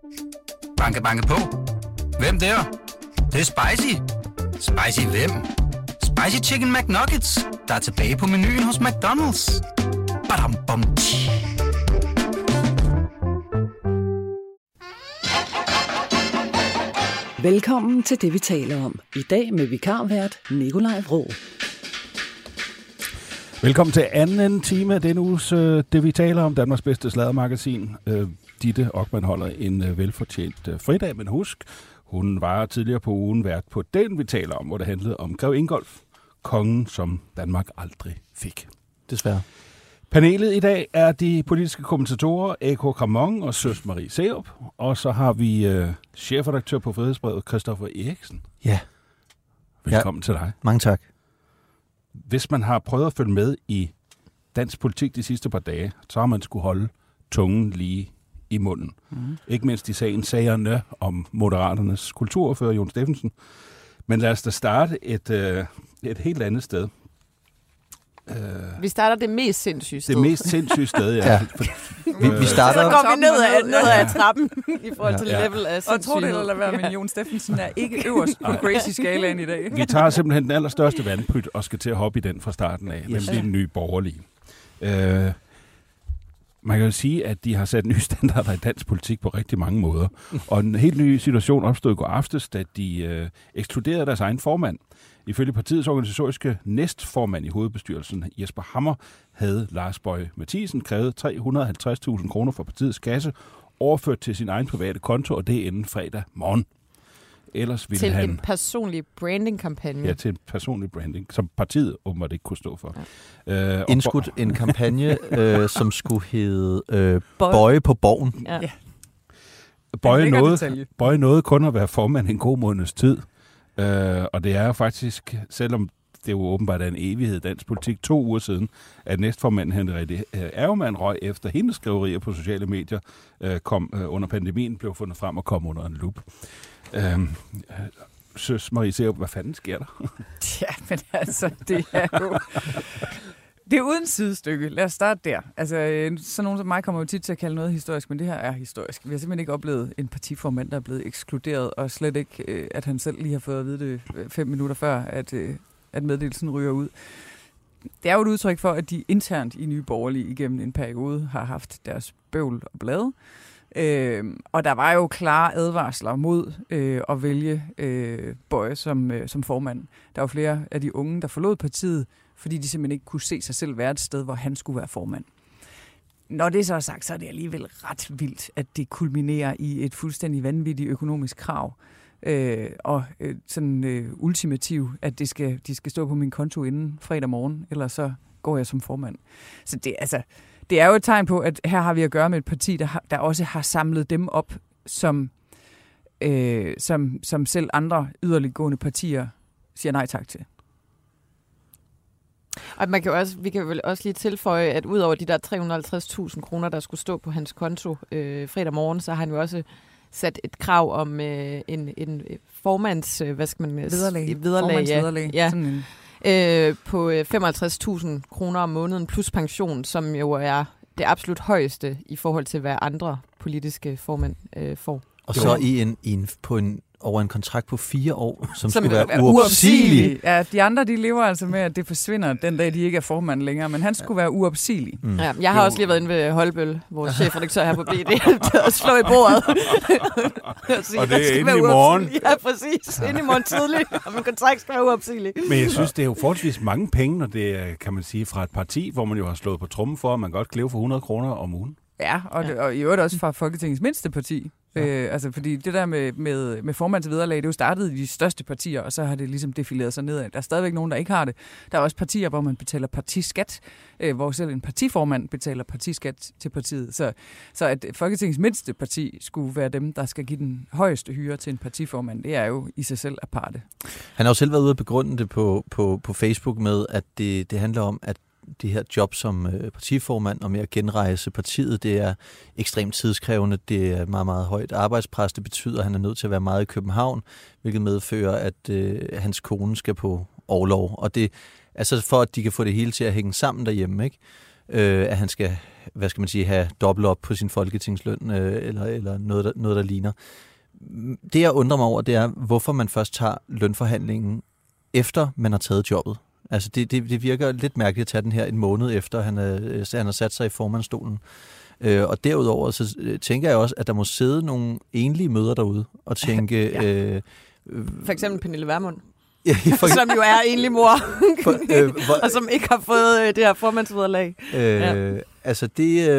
Banke, banke på. Hvem der? Det er spicy. Spicy hvem? Spicy Chicken McNuggets, der er tilbage på menuen hos McDonald's. Badum, bom, tji. Velkommen til det, vi taler om. I dag med vikarvært Nikolaj Vraa. Velkommen til anden time af denne uges det, vi taler om, Danmarks bedste sladdermagasin. Ditte Okman holder en velfortjent fridag, men husk, hun var tidligere på ugen vært på den, vi taler om, hvor det handlede om Grev Ingolf, kongen, som Danmark aldrig fik. Desværre. Panelet i dag er de politiske kommentatorer A.K. Kramon og Søs Marie Serup, og så har vi chefredaktør på Frihedsbrevet, Christoffer Eriksen. Ja. Velkommen til dig. Mange tak. Hvis man har prøvet at følge med i dansk politik de sidste par dage, så har man skulle holde tungen lige i munden. Ikke mindst i sagerne om Moderaternes kulturordfører, Jon Steffensen. Men lad os da starte et helt andet sted. Vi starter det mest sindssyge sted. Det mest sindssyge sted, ja. Ja. Vi starter... Så går vi ned ad trappen i forhold til level af sindssygehed. Og tro det eller lade være, men Jon Steffensen er ikke øverst på crazy-skalaen i dag. Vi tager simpelthen den allerstørste vandpyt og skal til at hoppe i den fra starten af, nemlig den nye borgerlige. Man kan jo sige, at de har sat nye standarder i dansk politik på rigtig mange måder. Og en helt ny situation opstod i går aftes, da de ekskluderede deres egen formand. Ifølge partiets organisatoriske næstformand i hovedbestyrelsen, Jesper Hammer, havde Lars Boje Mathiesen krævet 350.000 kroner fra partiets kasse, overført til sin egen private konto, og det inden fredag morgen. Ellers ville til en personlig branding-kampagne. Ja, til en personlig branding, som partiet åbenbart ikke kunne stå for. Ja. Indskudt en kampagne, som skulle hedde Bøje på Borgen. Ja. Bøje nåede kun at være formand en god måneds tid. Og det er jo faktisk, selvom det jo åbenbart er en evighed dansk politik, 2 uger siden, at næstformanden Henriette Ærgemann røg efter hendes skriverier på sociale medier, kom under pandemien, blev fundet frem og kom under en lup. Søs Marie Serup, hvad fanden sker der? Ja, men altså, det er jo... Det er uden sidestykke. Lad os starte der. Altså, sådan nogen som mig kommer jo tit til at kalde noget historisk, men det her er historisk. Vi har simpelthen ikke oplevet en partiformand, der er blevet ekskluderet, og slet ikke, at han selv lige har fået at vide det 5 minutter før, at meddelelsen ryger ud. Det er jo et udtryk for, at de internt i Nye Borgerlige igennem en periode har haft deres bøvl og blade. Og der var jo klare advarsler mod at vælge Bøje som formand. Der var flere af de unge, der forlod partiet, fordi de simpelthen ikke kunne se sig selv være et sted, hvor han skulle være formand. Når det så er sagt, så er det alligevel ret vildt, at det kulminerer i et fuldstændig vanvittigt økonomisk krav. Sådan ultimativ, at de skal stå på min konto inden fredag morgen, eller så går jeg som formand. Så det er jo et tegn på, at her har vi at gøre med et parti, der også har samlet dem op, som selv andre yderliggående partier siger nej tak til. Og vi kan vel også lige tilføje, at udover de der 350.000 kroner, der skulle stå på hans konto fredag morgen, så har han jo også sat et krav om en formands, hvad skal man vederlag. Ja. På 55.000 kroner om måneden plus pension, som jo er det absolut højeste i forhold til, hvad andre politiske formænd får. Og så over en kontrakt på 4 år, som skulle være uopsigelig. Ja, de andre, de lever altså med, at det forsvinder den dag, de ikke er formand længere, men han skulle være uopsigelig. Ja, jeg har også lige været inde ved Holbøl, vores chefredaktør her på BD, og slå i bordet. Og det er inde i morgen. Ja, præcis. Inde i morgen tidligt, og min kontrakt skal være uopsigelig. Men jeg synes, det er jo forholdsvis mange penge, når det er, kan man sige, fra et parti, hvor man jo har slået på trommen for, at man godt kan leve for 100 kroner om ugen. Ja, og i øvrigt også fra Folketingets mindste parti. Ja. Fordi det der med formandsvederlag, det er jo startet i de største partier, og så har det ligesom defileret sig nedad. Der er stadigvæk nogen, der ikke har det. Der er også partier, hvor man betaler partiskat, hvor selv en partiformand betaler partiskat til partiet. Så at Folketingets mindste parti skulle være dem, der skal give den højeste hyre til en partiformand, det er jo i sig selv aparte. Han har jo selv været ude at begrunde det på Facebook med, at det handler om, at det her job som partiformand og med at genrejse partiet, det er ekstremt tidskrævende, det er meget, meget højt arbejdspres, det betyder, at han er nødt til at være meget i København, hvilket medfører, at hans kone skal på orlov. Og det altså for, at de kan få det hele til at hænge sammen derhjemme, ikke? At han skal hvad skal man sige, have dobbelt op på sin folketingsløn, eller noget, der ligner. Det, jeg undrer mig over, det er, hvorfor man først tager lønforhandlingen, efter man har taget jobbet. Altså, det virker lidt mærkeligt at tage den her en måned efter, han har sat sig i formandsstolen. Og derudover, så tænker jeg også, at der må sidde nogle enlige mødre derude, og tænke... For eksempel Pernille Vermund. Som jo er enlig mor, og som ikke har fået det her formandsvederlag. Altså,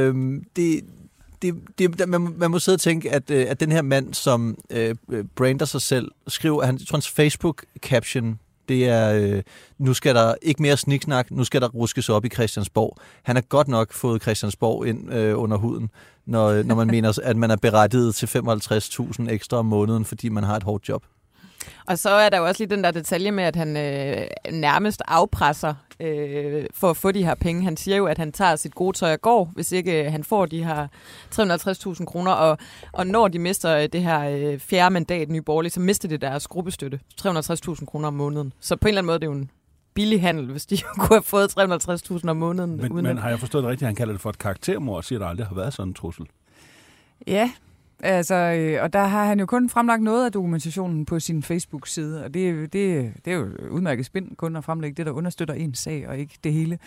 man må sidde og tænke, at den her mand, som brander sig selv, skriver, hans Facebook-caption, det er, nu skal der ikke mere sniksnak, nu skal der ruskes op i Christiansborg. Han har godt nok fået Christiansborg ind under huden, når man mener, at man er berettiget til 55.000 ekstra om måneden, fordi man har et hårdt job. Og så er der jo også lige den der detalje med, at han nærmest afpresser for at få de her penge. Han siger jo, at han tager sit gode tøj og går, hvis ikke han får de her 350.000 kroner. Og når de mister det her fjerde mandat, Nye Borgerlige, så mister de deres gruppestøtte. 350.000 kroner om måneden. Så på en eller anden måde, det er jo en billig handel, hvis de kunne have fået 350.000 om måneden. Men har jeg forstået det rigtigt, han kalder det for et karaktermord, og siger, at der aldrig har været sådan en trussel? Ja, altså, og der har han jo kun fremlagt noget af dokumentationen på sin Facebook-side, og det er jo udmærket spind kun at fremlægge det, der understøtter ens sag, og ikke det hele.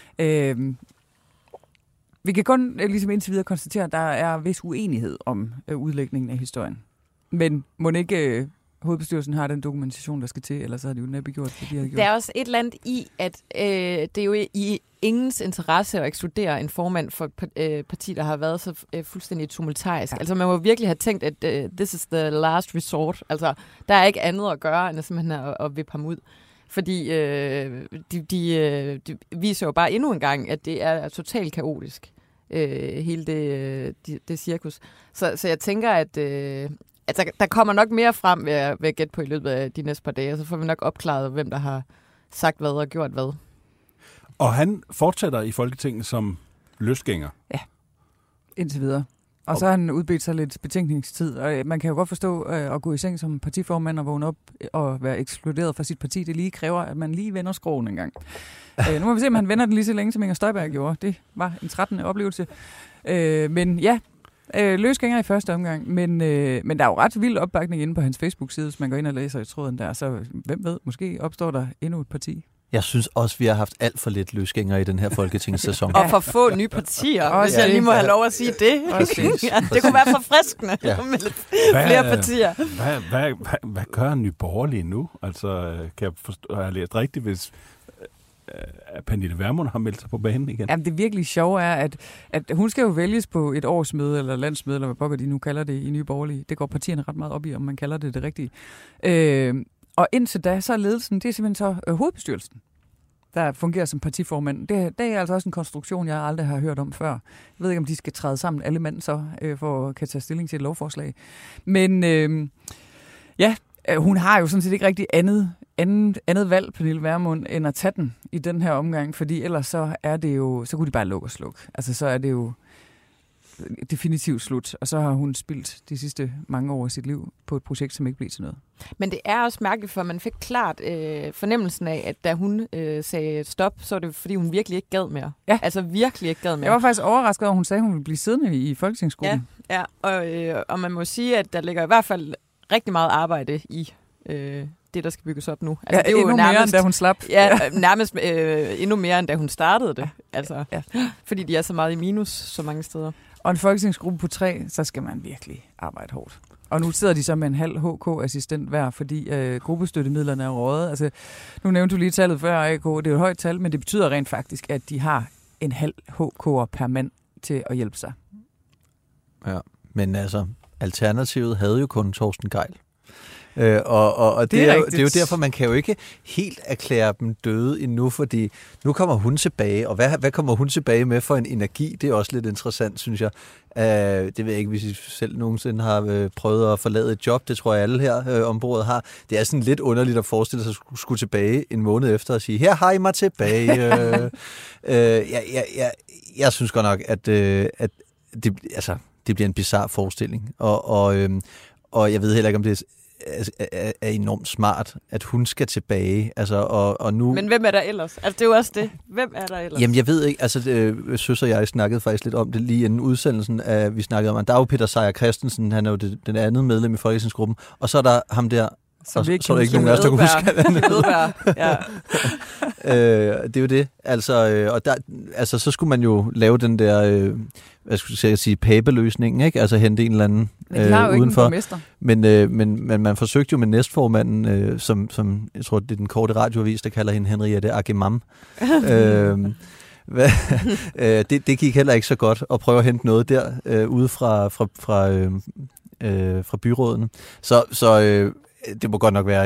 Vi kan kun ligesom indtil videre konstatere, at der er vis uenighed om udlægningen af historien. Men må ikke hovedbestyrelsen har den dokumentation, der skal til, ellers så har de jo næppe gjort det, de har gjort. Der er også et eller andet i, at det er jo i ingens interesse at ekskludere en formand for et parti, der har været så fuldstændig tumultarisk. Ja. Altså man må virkelig have tænkt, at this is the last resort. Altså der er ikke andet at gøre, end at simpelthen at vippe ham ud. Fordi de viser jo bare endnu en gang, at det er totalt kaotisk, hele det cirkus. Så jeg tænker, at der kommer nok mere frem, ved at gætte på i løbet af de næste par dage, og så får vi nok opklaret, hvem der har sagt hvad og gjort hvad. Og han fortsætter i Folketinget som løsgænger? Ja, indtil videre. Og så har han udbedt sig lidt betænkningstid, og man kan jo godt forstå at gå i seng som partiformand og vågne op og være ekskluderet fra sit parti. Det lige kræver, at man lige vender skroen en gang. Nu må vi se, om han vender den lige så længe, som Inger Støjberg gjorde. Det var en 13. oplevelse. Men ja, løsgænger i første omgang, men der er jo ret vild opbakning inde på hans Facebook-side, hvis man går ind og læser i tråden der, så hvem ved, måske opstår der endnu et parti. Jeg synes også, vi har haft alt for lidt løsgængere i den her folketingssæson. Og for få nye partier, hvis jeg lige må have lov at sige det. Det kunne være forfriskende med lidt flere partier. Hvad gør Nye Borgerlige nu? Altså, kan jeg forstå, har jeg lært rigtigt, hvis Pernille Vermund har meldt sig på banen igen? Jamen, det virkelig sjove er, at hun skal jo vælges på et årsmøde, eller landsmøde, eller hvad pokker de nu kalder det i Nye Borgerlige. Det går partierne ret meget op i, om man kalder det rigtige. Og indtil da, så er ledelsen, det er simpelthen så hovedbestyrelsen, der fungerer som partiformand. Det er altså også en konstruktion, jeg aldrig har hørt om før. Jeg ved ikke, om de skal træde sammen alle mand så, for at kan tage stilling til et lovforslag. Men hun har jo sådan set ikke rigtig andet valg, Pernille Vermund, end at tage den i den her omgang, fordi ellers så er det jo, så kunne de bare lukke og slukke. Altså så er det jo definitivt slut, og så har hun spildt de sidste mange år af sit liv på et projekt, som ikke blev til noget. Men det er også mærkeligt, for man fik klart fornemmelsen af, at da hun sagde stop, så var det fordi, hun virkelig ikke gad mere. Ja. Altså virkelig ikke gad mere. Jeg var faktisk overrasket over, at hun sagde, at hun ville blive siddende i folketingsgruppen. Ja. Og man må sige, at der ligger i hvert fald rigtig meget arbejde i det, der skal bygges op nu. Altså, det er jo endnu nærmest, mere, end da hun slap. Ja, nærmest endnu mere, end da hun startede det. Altså, fordi de er så meget i minus så mange steder. Og en folketingsgruppe på 3, så skal man virkelig arbejde hårdt. Og nu sidder de så med en halv HK-assistent hver, fordi gruppestøttemidlerne er røget. Altså, nu nævnte du lige tallet før, AK. Det er jo et højt tal, men det betyder rent faktisk, at de har en halv HK'er per mand til at hjælpe sig. Ja, men altså, alternativet havde jo kun Torsten Gejl. Og det er jo derfor, man kan jo ikke helt erklære dem døde endnu, fordi nu kommer hun tilbage, og hvad kommer hun tilbage med for en energi? Det er også lidt interessant, synes jeg. Det ved jeg ikke, hvis I selv nogensinde har prøvet at forlade et job. Det tror jeg alle her ombordet har. Det er sådan lidt underligt at forestille sig at skulle tilbage en måned efter og sige, her har I mig tilbage. Jeg synes godt nok, at det bliver en bizarre forestilling. Og jeg ved heller ikke, om det er enormt smart, at hun skal tilbage. Altså, og nu... Men hvem er der ellers? Altså, det er jo også det. Hvem er der ellers? Jamen, jeg ved ikke. Altså, Søs og jeg snakkede faktisk lidt om det lige inden udsendelsen. Vi snakkede om, at der er jo Peter Sejer Christensen, han er jo den andet medlem i Folketingsgruppen, og så er der ham der, og så er der ikke nogen af os, der kan huske. Ja. Det er jo det. Altså, og der, altså, så skulle man jo lave den der, hvad skulle jeg sige, pæbeløsningen, ikke? Altså hente en eller anden udenfor. Men man forsøgte jo med næstformanden, som jeg tror, det er den korte radioavis, der kalder hende Henriette Agemam. Det gik heller ikke så godt at prøve at hente noget der ude fra byrådene. Så det må godt nok være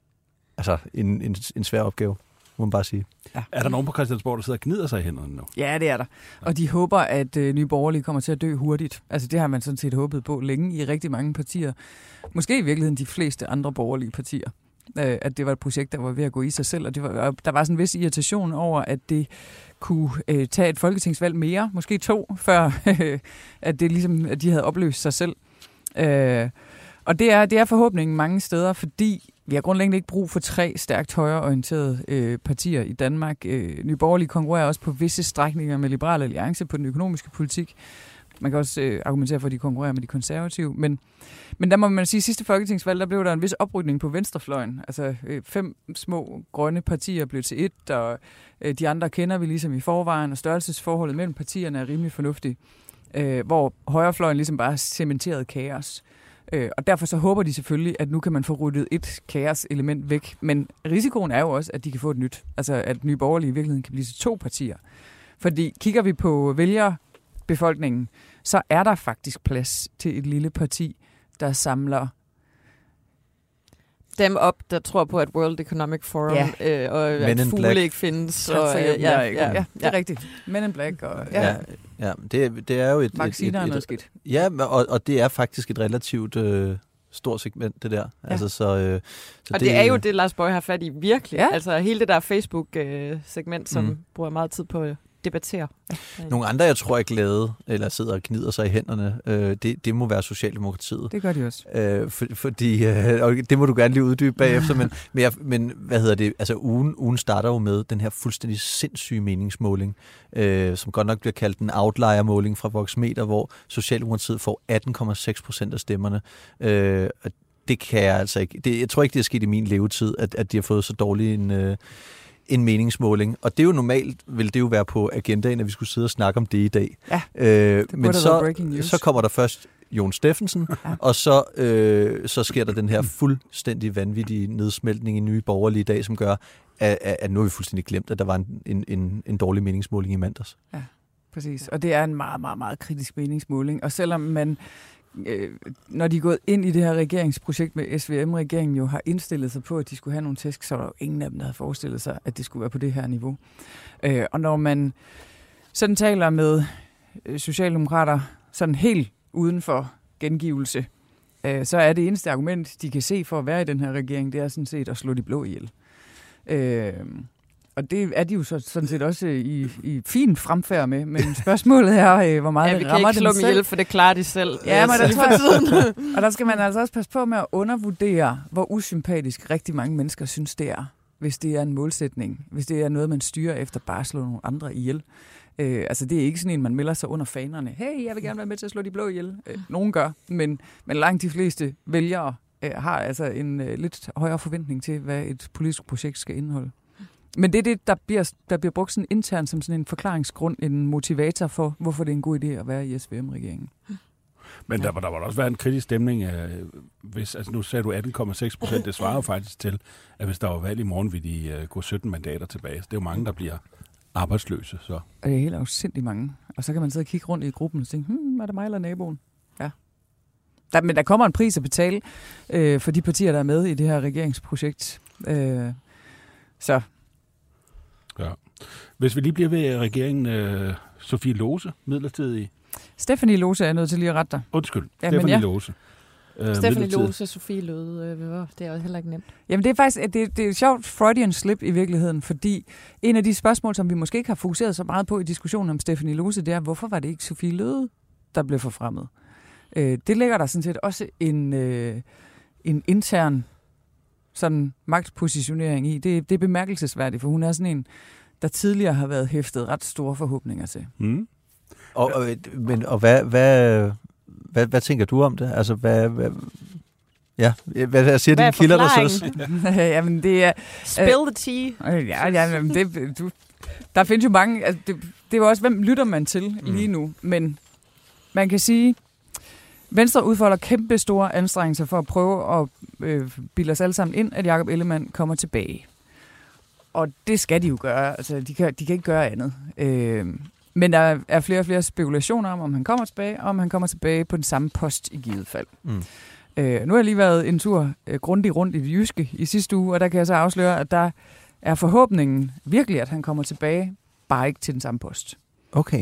en svær opgave, må man bare sige. Ja. Er der nogen på Christiansborg, der sidder og gnider sig i hænderne nu? Ja, det er der. Og de håber, at Nye Borgerlige kommer til at dø hurtigt. Altså det har man sådan set håbet på længe i rigtig mange partier. Måske i virkeligheden de fleste andre borgerlige partier. At det var et projekt, der var ved at gå i sig selv. Og der var sådan en vis irritation over, at det kunne tage et folketingsvalg mere, måske 2, før at det ligesom, at de havde opløst sig selv. Og det er forhåbningen mange steder, fordi vi har grundlæggende ikke brug for 3 stærkt højreorienterede partier i Danmark. Nye Borgerlige konkurrerer også på visse strækninger med Liberal Alliance på den økonomiske politik. Man kan også argumentere for, at de konkurrerer med de konservative. Men der må man sige, at sidste folketingsvalg, der blev der en vis oprydning på venstrefløjen. Altså 5 små grønne partier blev til 1, og de andre kender vi ligesom i forvejen, og størrelsesforholdet mellem partierne er rimelig fornuftigt. Hvor højrefløjen ligesom bare cementerede kaos. Og derfor så håber de selvfølgelig, at nu kan man få ryddet et kaos-element væk. Men risikoen er jo også, at de kan få et nyt. Altså at Nye Borgerlige i virkeligheden kan blive til 2 partier. Fordi kigger vi på vælgerbefolkningen, så er der faktisk plads til et lille parti, der samler dem op, der tror på, at World Economic Forum og at fugle ikke findes. Det er rigtigt. Men in Black. Og, ja, det er jo et... Vacciner er noget skidt. Ja, og det er faktisk et relativt stort segment, det der. Ja. Altså, så og det er jo det, Lars Boje har fat i virkelig. Ja. Altså hele det der Facebook-segment, som bruger meget tid på debattere. Nogle andre, jeg tror er glade, eller sidder og gnider sig i hænderne, det må være Socialdemokratiet. Det gør de også. Fordi, og det må du gerne lige uddybe bagefter, men hvad hedder det? Altså ugen starter jo med den her fuldstændig sindssyge meningsmåling, som godt nok bliver kaldt en outlier-måling fra Voxmeter, hvor Socialdemokratiet får 18,6% af stemmerne. Det kan jeg altså ikke. Jeg tror ikke, det er sket i min levetid, at de har fået så dårlig en meningsmåling. Og det er jo normalt, vil det jo være på agendaen, at vi skulle sidde og snakke om det i dag. Ja, men så kommer der først Jon Steffensen, og så sker der den her fuldstændig vanvittige nedsmeltning i Nye Borgerlige i dag, som gør, at nu har vi fuldstændig glemt, at der var en dårlig meningsmåling i mandags. Ja, præcis. Og det er en meget, meget, meget kritisk meningsmåling. Og selvom man når de er gået ind i det her regeringsprojekt med SVM-regeringen jo har indstillet sig på, at de skulle have nogle tæsk, så var der jo ingen af dem, der havde forestillet sig, at det skulle være på det her niveau. Og når man sådan taler med socialdemokrater sådan helt uden for gengivelse, så er det eneste argument, de kan se for at være i den her regering, det er sådan set at slå de blå ihjel. Og det er de jo sådan set også i fin fremfærd med, men spørgsmålet er, hvor meget det rammer dem selv. Ja, vi kan ikke slå dem ihjel, for det klarer de selv. Ja, men det tror og der skal man altså også passe på med at undervurdere, hvor usympatisk rigtig mange mennesker synes, det er, hvis det er en målsætning, hvis det er noget, man styrer efter bare at slå nogle andre ihjel. Altså det er ikke sådan en, man melder sig under fanerne. Hey, jeg vil gerne være med til at slå de blå ihjel. Nogen gør, men langt de fleste vælgere har altså en lidt højere forventning til, hvad et politisk projekt skal indeholde. Men det er det, der bliver brugt sådan internt som sådan en forklaringsgrund, en motivator for, hvorfor det er en god idé at være i SVM-regeringen. Men der var også været en kritisk stemning, hvis, altså nu sagde du 18,6%, det svarer jo faktisk til, at hvis der var valg i morgen, vil de gå 17 mandater tilbage. Så det er jo mange, der bliver arbejdsløse. Så. Og det er helt afsindigt mange. Og så kan man sidde og kigge rundt i gruppen og tænke, er det mig eller naboen? Ja. Men der kommer en pris at betale for de partier, der er med i det her regeringsprojekt. Så... Ja. Hvis vi lige bliver ved regeringen, Sofie Lose, midlertidig. Stephanie Lose er nødt til lige at rette dig. Undskyld, ja, Stephanie Lose. Stephanie Lose, Sofie Løde, det er jo heller ikke nemt. Jamen det er faktisk det er et sjovt Freudian slip i virkeligheden, fordi en af de spørgsmål, som vi måske ikke har fokuseret så meget på i diskussionen om Stephanie Lose, det er, hvorfor var det ikke Sofie Løde, der blev forfremmet? Det ligger der sådan set også en en intern sådan magtpositionering i. Det er bemærkelsesværdigt, for hun er sådan en, der tidligere har været hæftet ret store forhåbninger til. Mm. Og hvad tænker du om det? Altså, hvad siger dine kilder, der synes? Jamen, det er... Spill the tea. Der findes jo mange... Altså, det er jo også, hvem lytter man til lige nu? Men man kan sige, Venstre udfolder kæmpe store anstrengelser for at prøve at bilde os alle sammen ind, at Jakob Ellemann kommer tilbage. Og det skal de jo gøre. Altså, de kan ikke gøre andet. Men der er flere og flere spekulationer om han kommer tilbage, og om han kommer tilbage på den samme post i givet fald. Nu har jeg lige været en tur grundigt rundt i det jyske i sidste uge, og der kan jeg så afsløre, at der er forhåbningen virkelig, at han kommer tilbage, bare ikke til den samme post. Okay.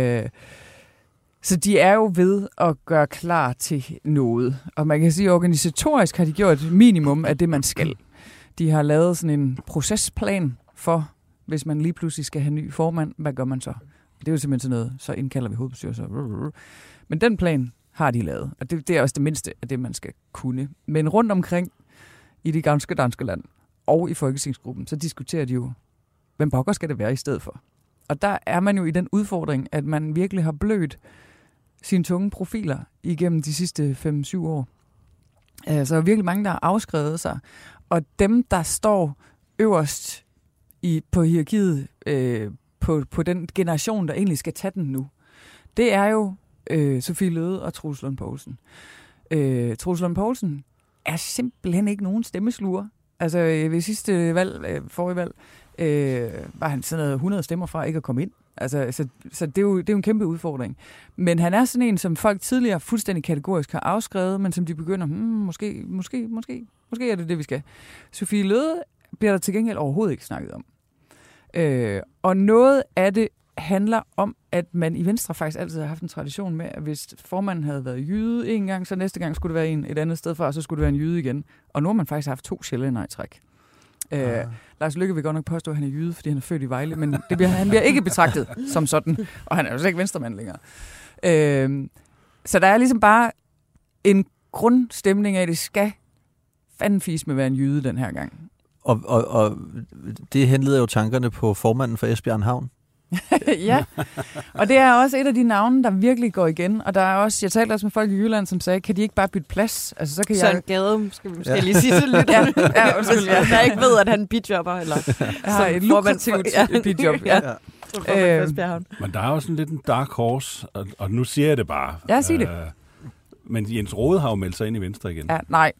Så de er jo ved at gøre klar til noget. Og man kan sige, at organisatorisk har de gjort et minimum af det, man skal. De har lavet sådan en procesplan for, hvis man lige pludselig skal have ny formand, hvad gør man så? Det er jo simpelthen sådan noget, så indkalder vi hovedbestyrelser. Men den plan har de lavet, og det er også det mindste af det, man skal kunne. Men rundt omkring i det ganske danske land og i folketingsgruppen, så diskuterer de jo, hvem pokker skal det være i stedet for? Og der er man jo i den udfordring, at man virkelig har blødt sine tunge profiler igennem de sidste 5-7 år. Så er virkelig mange, der har afskrevet sig. Og dem, der står øverst på hierarkiet, på den generation, der egentlig skal tage den nu, det er jo Sophie Løhde og Troels Lund Poulsen. Troels Lund Poulsen er simpelthen ikke nogen stemmesluger. Altså ved sidste valg, forrige valg, var han sådan noget 100 stemmer fra ikke at komme ind. Altså, så det er jo en kæmpe udfordring. Men han er sådan en, som folk tidligere fuldstændig kategorisk har afskrevet, men som de begynder, måske er det, vi skal. Sophie Løhde bliver der til gengæld overhovedet ikke snakket om. Og noget af det handler om, at man i Venstre faktisk altid har haft en tradition med, at hvis formanden havde været jyde en gang, så næste gang skulle det være et andet sted fra, og så skulle det være en jyde igen. Og nu har man faktisk haft 2 sjællændere i træk. Lars Løkke vil godt nok påstå, at han er jyde, fordi han er født i Vejle, men han bliver ikke betragtet som sådan, og han er jo slet ikke venstremand længere. Så der er ligesom bare en grundstemning af, at det skal fanden fis med at være en jyde den her gang. Og det henleder jo tankerne på formanden for Esbjerg Havn. Ja, og det er også et af de navne, der virkelig går igen. Og der er også, jeg talte også med folk i Jylland, som sagde, kan de ikke bare bytte plads? Altså, så kan Søren Gade, skal vi måske lige sige til lidt. Jeg ikke ved, at han bidjobber, eller har et lukrativt bidjob. Ja. Men der er jo sådan lidt en dark horse, og nu siger jeg det bare. Ja, sig det. Men Jens Rohde har jo meldt sig ind i Venstre igen. Ja, nej.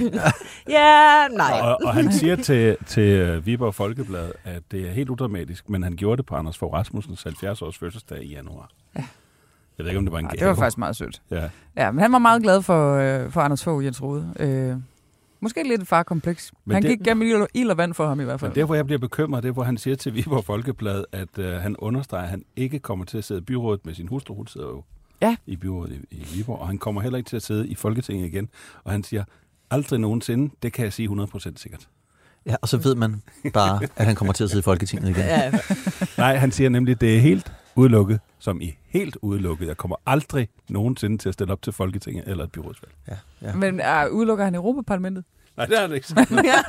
Nej. Og han siger til Viborg Folkeblad, at det er helt udramatisk, men han gjorde det på Anders Fogh Rasmussens 70-års fødselsdag i januar. Ja. Jeg ved ikke, om det var en gave. Det var faktisk meget sødt. Ja, men han var meget glad for Anders Fogh, Jens Rohde. Måske lidt et farkompleks. Men han gik gennem ild og vand for ham i hvert fald. Men der, hvor jeg bliver bekymret, det er, hvor han siger til Viborg Folkeblad, at han understreger, at han ikke kommer til at sidde i byrådet med sin hustru. Hun sidder jo i byrådet i Viborg, og han kommer heller ikke til at sidde i Folketinget igen. Og han siger, aldrig nogensinde, det kan jeg sige 100% sikkert. Ja, og så ved man bare, at han kommer til at sidde i Folketinget igen. Ja. Nej, han siger nemlig, at det er helt udelukket, som i helt udelukket. Jeg kommer aldrig nogensinde til at stille op til Folketinget eller et byrådsvalg. Ja. Men udelukker han Europaparlamentet? Nej, det er det ikke sådan.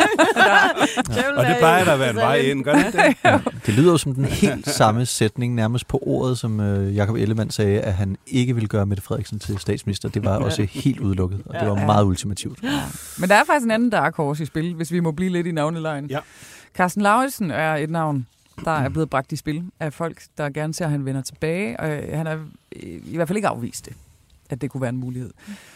Og det plejer der at være en vej ind, gør det det? Ja. Det lyder jo som den helt samme sætning, nærmest på ordet, som Jakob Ellemann sagde, at han ikke ville gøre Mette Frederiksen til statsminister. Det var også helt udelukket, og det var meget ultimativt. Ja. Men der er faktisk en anden dark horse i spil, hvis vi må blive lidt i navnelejen. Ja. Carsten Lauritsen er et navn, der er blevet bragt i spil af folk, der gerne ser, at han vender tilbage, og han er i hvert fald ikke afvist det, at det kunne være en mulighed.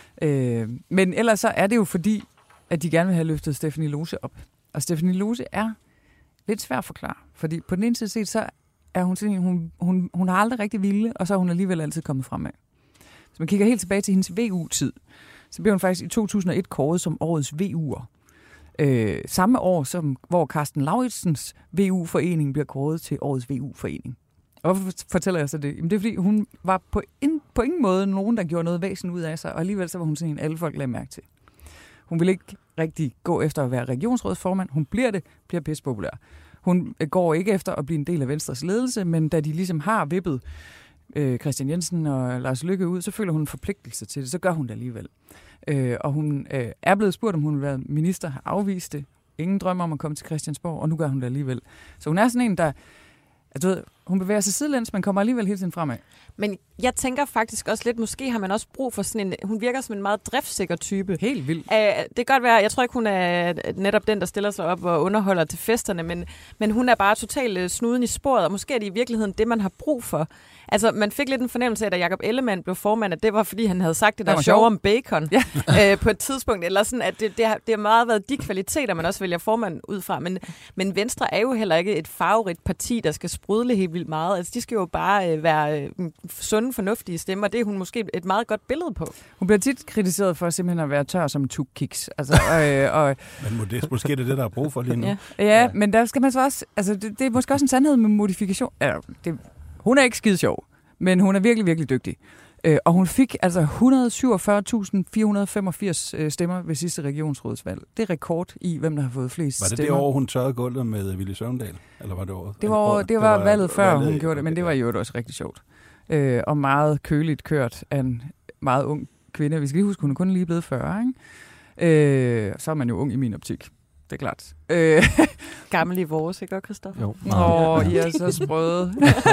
Men ellers så er det jo fordi, at de gerne vil have løftet Stephanie Lose op. Og Stephanie Lose er lidt svær at forklare, fordi på den ene side set, så er hun sådan, hun har aldrig rigtig ville, og så er hun alligevel altid kommet fremad. Så man kigger helt tilbage til hendes VU-tid, så blev hun faktisk i 2001 kåret som årets VU'er. Samme år, hvor Carsten Lauritsens VU-forening bliver kåret til årets VU-forening. Og hvorfor fortæller jeg så det? Jamen det er fordi, hun var på ingen måde nogen, der gjorde noget væsen ud af sig, og alligevel så var hun sådan en, alle folk lagde mærke til. Hun vil ikke rigtig gå efter at være regionsrådsformand. Hun bliver pissepopulær. Hun går ikke efter at blive en del af Venstres ledelse, men da de ligesom har vippet Kristian Jensen og Lars Løkke ud, så føler hun en forpligtelse til det. Så gør hun det alligevel. Og hun er blevet spurgt, om hun vil være minister, har afvist det. Ingen drømmer om at komme til Christiansborg, og nu gør hun det alligevel. Så hun er sådan en, der... Altså, hun bevæger sig sidelæns, men kommer alligevel hele tiden fremad. Men jeg tænker faktisk også lidt, måske har man også brug for sådan en... Hun virker som en meget driftsikker type. Helt vildt. Det kan godt være, jeg tror ikke, hun er netop den, der stiller sig op og underholder til festerne, men hun er bare totalt snuden i sporet, og måske er det i virkeligheden det, man har brug for. Altså, man fik lidt en fornemmelse af, at Jakob Ellemann blev formand, at det var, fordi han havde sagt det der sjov om bacon på et tidspunkt. Eller sådan, at det har meget været de kvaliteter, man også vælger formand ud fra. Men Venstre er jo heller ikke et farverigt parti, der skal sprudle helt vildt meget. Altså, de skal jo bare være sunde, fornuftige stemmer. Det er hun måske et meget godt billede på. Hun bliver tit kritiseret for simpelthen at være tør som tukkiks. Altså, men måske er det, der er brug for lige nu. Ja, men der skal man så også... Altså, det er måske også en sandhed med modifikation. Hun er ikke skide sjov, men hun er virkelig, virkelig dygtig. Og hun fik altså 147.485 stemmer ved sidste regionsrådsvalg. Det er rekord i, hvem der har fået flest stemmer. Var det det år, hun tørrede gulvet med Villy Søvndal? Eller var det året? Det var valget før, hun gjorde det, men det var jo også rigtig sjovt. Og meget køligt kørt af en meget ung kvinde. Vi skal lige huske, hun er kun lige blevet 40, ikke? Så er man jo ung i min optik. Det er klart. Gammel i vores, ikke, Christoffer? Jo. I er så sprøde.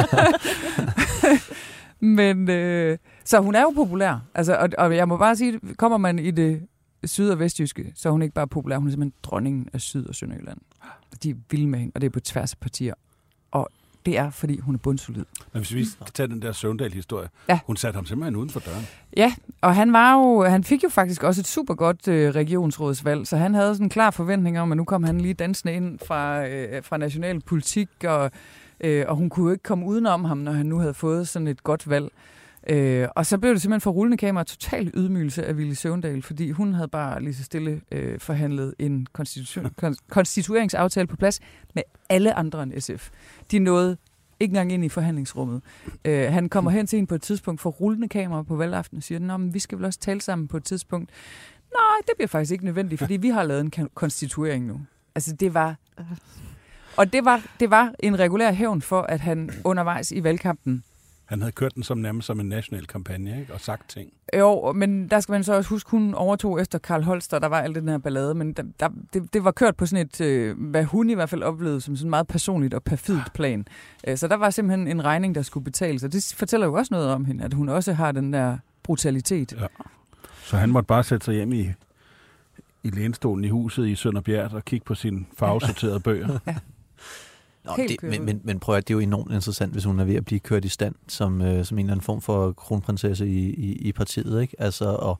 Men så hun er jo populær. Altså, og jeg må bare sige, kommer man i det syd- og vestjyske, så er hun ikke bare populær, hun er simpelthen dronningen af Syd- og Sønderjylland. De er vilde med hende, og det er på tværs af partier. Og det er, fordi hun er bundsolid. Men hvis vi skal tage den der Søvndal-historie, hun satte ham simpelthen uden for døren. Ja, og han fik jo faktisk også et super godt regionsrådsvalg, så han havde sådan en klar forventning om, at nu kom han lige dansende ind fra national politik, og hun kunne jo ikke komme udenom ham, når han nu havde fået sådan et godt valg. Og så blev det simpelthen for rullende kamera total ydmygelse af Villy Søvndal, fordi hun havde bare lige så stille forhandlet en konstitueringsaftale på plads med alle andre end SF. De nåede ikke engang ind i forhandlingsrummet. Han kommer hen til hende på et tidspunkt for rullende kamera på valgaften og siger, nå, men vi skal vel også tale sammen på et tidspunkt. Nej, det bliver faktisk ikke nødvendigt, fordi vi har lavet en konstituering nu. Altså det var... Og det var en regulær hævn for, at han undervejs i valgkampen... Han havde kørt den nærmest som en national kampagne, ikke? Og sagt ting. Jo, men der skal man så også huske, hun overtog efter Karl Holster, der var alt den her ballade, men det var kørt på sådan et, hvad hun i hvert fald oplevede som sådan meget personligt og perfidt plan. Så der var simpelthen en regning, der skulle betales, og det fortæller jo også noget om hende, at hun også har den der brutalitet. Ja. Så han måtte bare sætte sig hjem i lænestolen i huset i Sønderbjerg og kigge på sine farvesorterede bøger. Ja. Nå, men prøv at det er jo enormt interessant, hvis hun er ved at blive kørt i stand som en eller anden form for kronprinsesse i partiet, ikke? Altså, og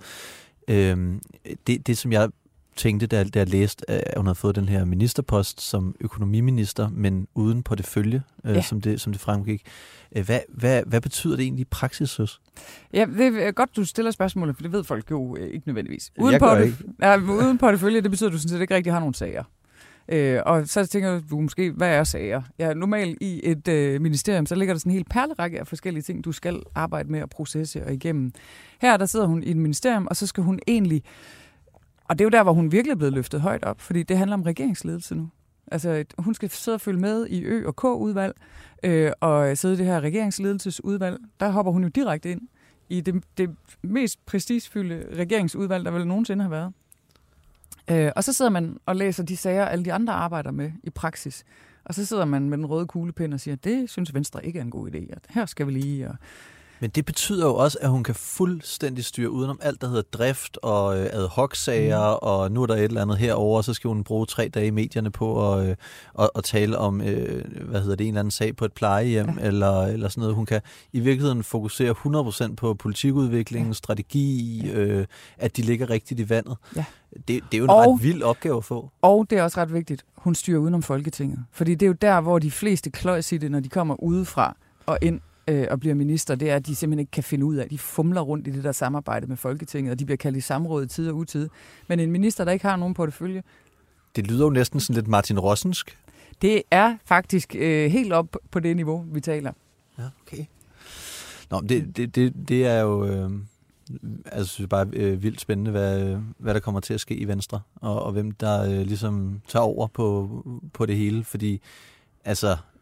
det som jeg tænkte, da jeg læste, at hun havde fået den her ministerpost som økonomiminister, men uden portefølje, som det fremgik. Hvad betyder det egentlig i praksis, Søs? Ja, det er godt, du stiller spørgsmålet, for det ved folk jo ikke nødvendigvis. Uden portefølje, det betyder, at du sådan set ikke rigtig har nogen sager. Og så tænker du måske, hvad er sager? Ja, normalt i et ministerium, så ligger der sådan en hel perlerække af forskellige ting, du skal arbejde med at processe og igennem. Her der sidder hun i et ministerium, og så skal hun egentlig... Og det er jo der, hvor hun virkelig er blevet løftet højt op, fordi det handler om regeringsledelse nu. Altså, hun skal sidde og følge med i Ø- og K-udvalg, og sidde i det her regeringsledelsesudvalg. Der hopper hun jo direkte ind i det mest prestigefyldte regeringsudvalg, der vel nogensinde har været. Og så sidder man og læser de sager, alle de andre arbejder med i praksis. Og så sidder man med den røde kuglepen og siger, det synes Venstre ikke er en god idé. Her skal vi lige... Men det betyder jo også, at hun kan fuldstændig styre udenom alt, der hedder drift og ad hoc-sager, og nu er der et eller andet herover, så skal hun bruge 3 dage i medierne på at tale om, en eller anden sag på et plejehjem, eller sådan noget. Hun kan i virkeligheden fokusere 100% på politikudviklingen, strategi, at de ligger rigtigt i vandet. Ja. Det er jo en ret vild opgave at få. Og det er også ret vigtigt, hun styrer udenom Folketinget. Fordi det er jo der, hvor de fleste kløjs i det, når de kommer udefra og ind og bliver minister, det er, at de simpelthen ikke kan finde ud af. De fumler rundt i det der samarbejde med Folketinget, og de bliver kaldt i samråd i tid og utid. Men en minister, der ikke har nogen portefølje... Det lyder jo næsten sådan lidt Martin Rossensk. Det er faktisk helt op på det niveau, vi taler. Ja, okay. Nå, det er jo... Altså, synes jeg bare vildt spændende, hvad der kommer til at ske i Venstre, og hvem der ligesom tager over på det hele, fordi altså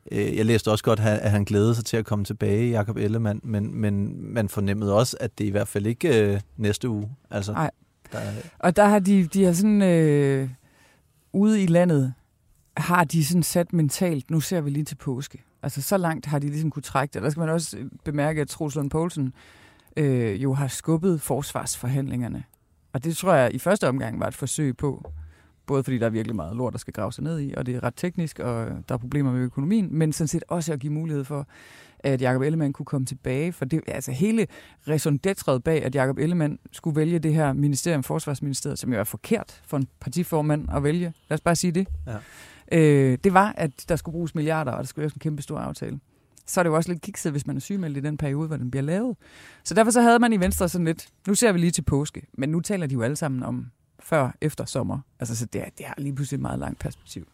Jeg læste også godt, at han glædede sig til at komme tilbage, Jakob Ellemann, men man fornemmede også, at det i hvert fald ikke næste uge. Altså, nej. Og der har de har sådan, ude i landet, har de sådan sat mentalt, nu ser vi lige til påske. Altså så langt har de ligesom kunne trække det. Der skal man også bemærke, at Troels Lund Poulsen jo har skubbet forsvarsforhandlingerne. Og det tror jeg i første omgang var et forsøg på, både fordi der er virkelig meget lort, der skal grave sig ned i, og det er ret teknisk, og der er problemer med økonomien, men sådan set også at give mulighed for, at Jakob Ellemann kunne komme tilbage. For det altså hele raison d'être bag, at Jakob Ellemann skulle vælge det her ministerium, Forsvarsministeriet, som jo er forkert for en partiformand at vælge. Lad os bare sige det. Ja. Det var, at der skulle bruges milliarder, og der skulle være en kæmpe stor aftale. Så er det jo også lidt kikset, hvis man er sygemeldt i den periode, hvor den bliver lavet. Så derfor så havde man i Venstre sådan lidt, nu ser vi lige til påske, men nu taler de jo alle sammen om før, efter sommer. Altså, så det har lige pludselig et meget langt perspektiv.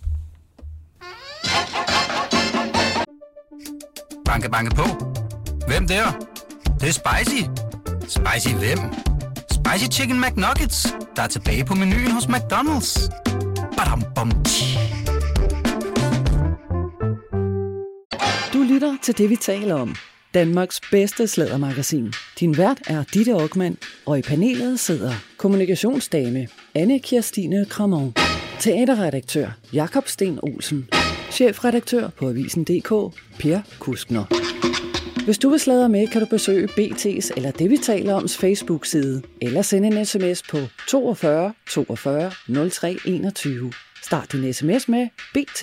Banke, banke på. Hvem der? Det er spicy. Spicy hvem? Spicy Chicken McNuggets, der er tilbage på menuen hos McDonald's. Badum, bom, Du lytter til det, vi taler om. Danmarks bedste sladdermagasin. Din vært er Ditte Okman, og i panelet sidder kommunikationsdame Anne Kirstine Kramon, teaterredaktør Jakob Sten Olsen, chefredaktør på Avisen.dk Per Kuskner. Hvis du vil sladre med, kan du besøge BT's eller det, vi taler oms Facebook-side, eller sende en sms på 42 42 03 21. Start din sms med BT.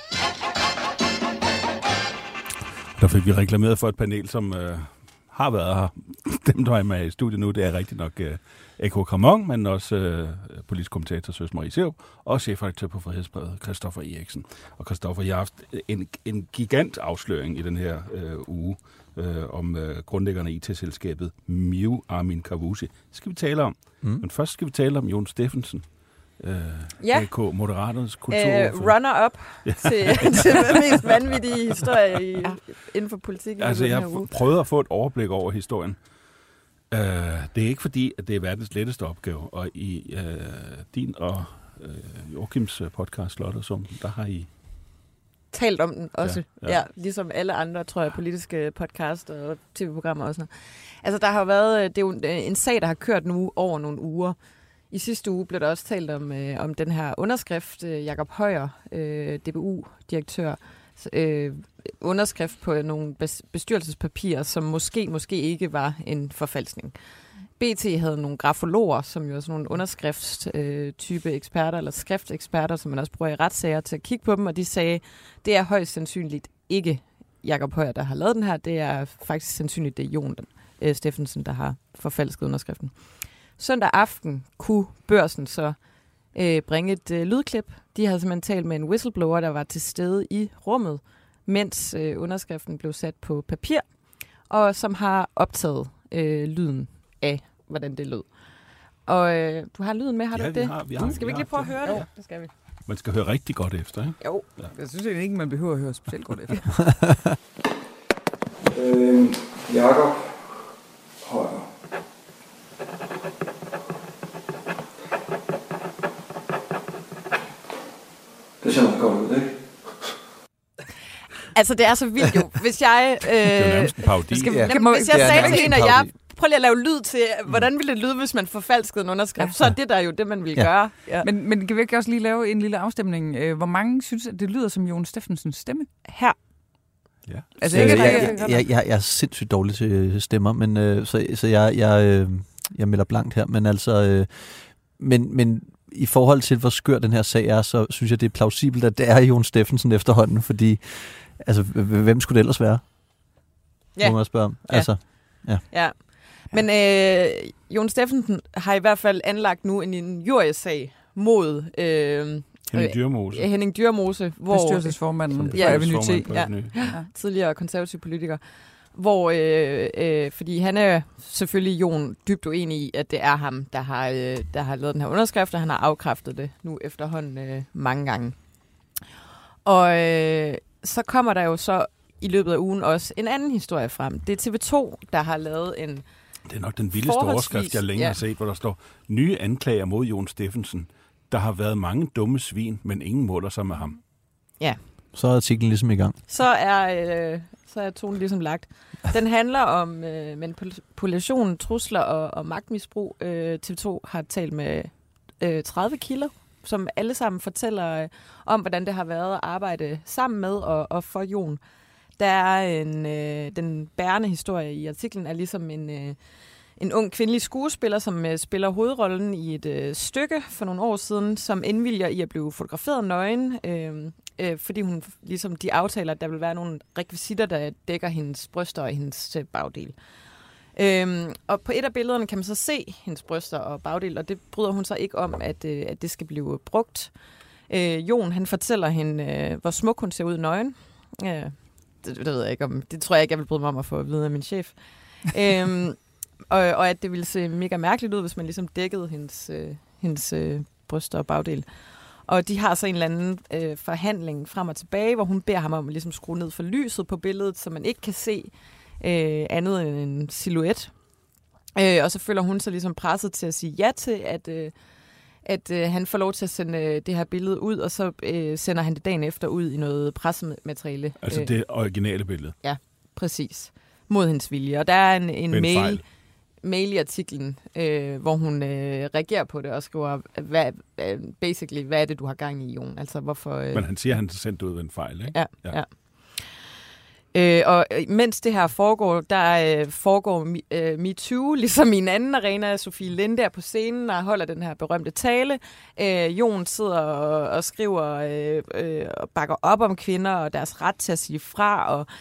Der fik vi reklameret for et panel, som har været her. Dem, der er med i studiet nu, det er rigtig nok A.K. Kramon, men også politisk kommentator Søs Marie Serup, og chefredaktør på Frihedsbrevet, Christoffer Eriksen. Og Christoffer, jeg har haft en gigant afsløring i den her uge om grundlæggerne IT-selskabet Miu Armin Kavusi. Det skal vi tale om. Men først skal vi tale om Jon Steffensen. AK Moderaternes kulturordfører. Runner-up til mest vanvittige historie inden for politik. Altså, jeg har prøvet at få et overblik over historien. Det er ikke fordi, at det er verdens letteste opgave, og i din og Joachims podcast, Slottersum, der har I talt om den også. Ja, ligesom alle andre, tror jeg, politiske podcast og tv-programmer og sådan noget. Altså, der har været, det er jo en sag, der har kørt nu over nogle uger. I sidste uge blev der også talt om den her underskrift, Jakob Højer, DBU-direktør, underskrift på nogle bestyrelsespapirer, som måske ikke var en forfalskning. BT havde nogle grafologer, som jo er sådan nogle underskriftstype eksperter, eller skrifteksperter, som man også bruger i retssager til at kigge på dem, og de sagde, det er højst sandsynligt ikke Jakob Højer, der har lavet den her, det er faktisk sandsynligt, det er Jon Steffensen, der har forfalsket underskriften. Søndag aften kunne Børsen så bringe et lydklip. De havde simpelthen talt med en whistleblower, der var til stede i rummet, mens underskriften blev sat på papir, og som har optaget lyden af, hvordan det lød. Og du har lyden med, har du det? Skal vi ikke lige prøve at høre det? Jo, det skal vi. Man skal høre rigtig godt efter, ikke? Jo. Ja. Jeg synes egentlig ikke, man behøver at høre specielt godt efter. Jakob Højer. Det ser godt ud, ikke? Altså, det er så vildt jo. Hvis jeg... det er jo nærmest en parodi. Hvis jeg sagde til en, at jeg prøv lige at lave lyd til, hvordan ville det lyde, hvis man forfalskede en underskrift, så er det der jo det, man ville gøre. Ja. Men kan vi ikke også lige lave en lille afstemning? Hvor mange synes, at det lyder som Jon Steffensens stemme? Her. Ja. Altså, jeg er sindssygt dårlig til stemmer, men så jeg melder blankt her. Men altså... Men i forhold til, hvor skør den her sag er, så synes jeg, det er plausibelt, at det er Jon Steffensen efterhånden, fordi altså, hvem skulle det ellers være? Ja. Må man spørge om. Ja. Altså, ja. Men Jon Steffensen har i hvert fald anlagt nu en injuriesag mod Henning Dyremose, hvor bestyrelsesformanden for Avenue T, tidligere konservativ politiker, hvor fordi han er selvfølgelig Jon dybt uenig i, at det er ham, der har lavet den her underskrift, og han har afkræftet det nu efterhånden mange gange. Og så kommer der jo så i løbet af ugen også en anden historie frem. Det er TV2, der har lavet en... Det er nok den vildeste overskrift, jeg længe har set, hvor der står, nye anklager mod Jon Steffensen. Der har været mange dumme svin, men ingen måler sig med ham. Ja. Så er artiklen ligesom i gang. Så er tonen ligesom lagt. Den handler om manipulation, trusler og magtmisbrug. TV2 har talt med 30 kilder, som alle sammen fortæller om, hvordan det har været at arbejde sammen med og for Jon. Der er den bærende historie i artiklen er ligesom en ung kvindelig skuespiller, som spiller hovedrollen i et stykke for nogle år siden, som indvilger i at blive fotograferet nøgen, fordi hun ligesom de aftaler, at der vil være nogle rekvisitter, der dækker hendes bryster og hendes bagdel. Og på et af billederne kan man så se hendes bryster og bagdel, og det bryder hun så ikke om, at det skal blive brugt. Jon, han fortæller hende, hvor smuk hun ser ud nøgen. Det ved jeg ikke om. Det tror jeg ikke, jeg vil bryde mig om at få at vide af min chef. Og at det ville se mega mærkeligt ud, hvis man ligesom dækkede hendes bryster og bagdel. Og de har så en eller anden forhandling frem og tilbage, hvor hun beder ham om at ligesom skrue ned for lyset på billedet, så man ikke kan se andet end en silhuet. Og så føler hun sig ligesom presset til at sige ja til, at han får lov til at sende det her billede ud, og så sender han det dagen efter ud i noget pressemateriale. Altså det originale billede? Ja, præcis. Mod hendes vilje. Og der er en mail i artiklen, hvor hun reagerer på det og skriver, hvad er det, du har gang i, Jon? Altså, hvorfor... Men han siger, at han har sendt ud ved en fejl, ikke? Ja. Og mens det her foregår, der foregår MeToo, ligesom i en anden arena. Sofie Linde er på scenen og holder den her berømte tale. Jon sidder og skriver og bakker op om kvinder og deres ret til at sige fra, og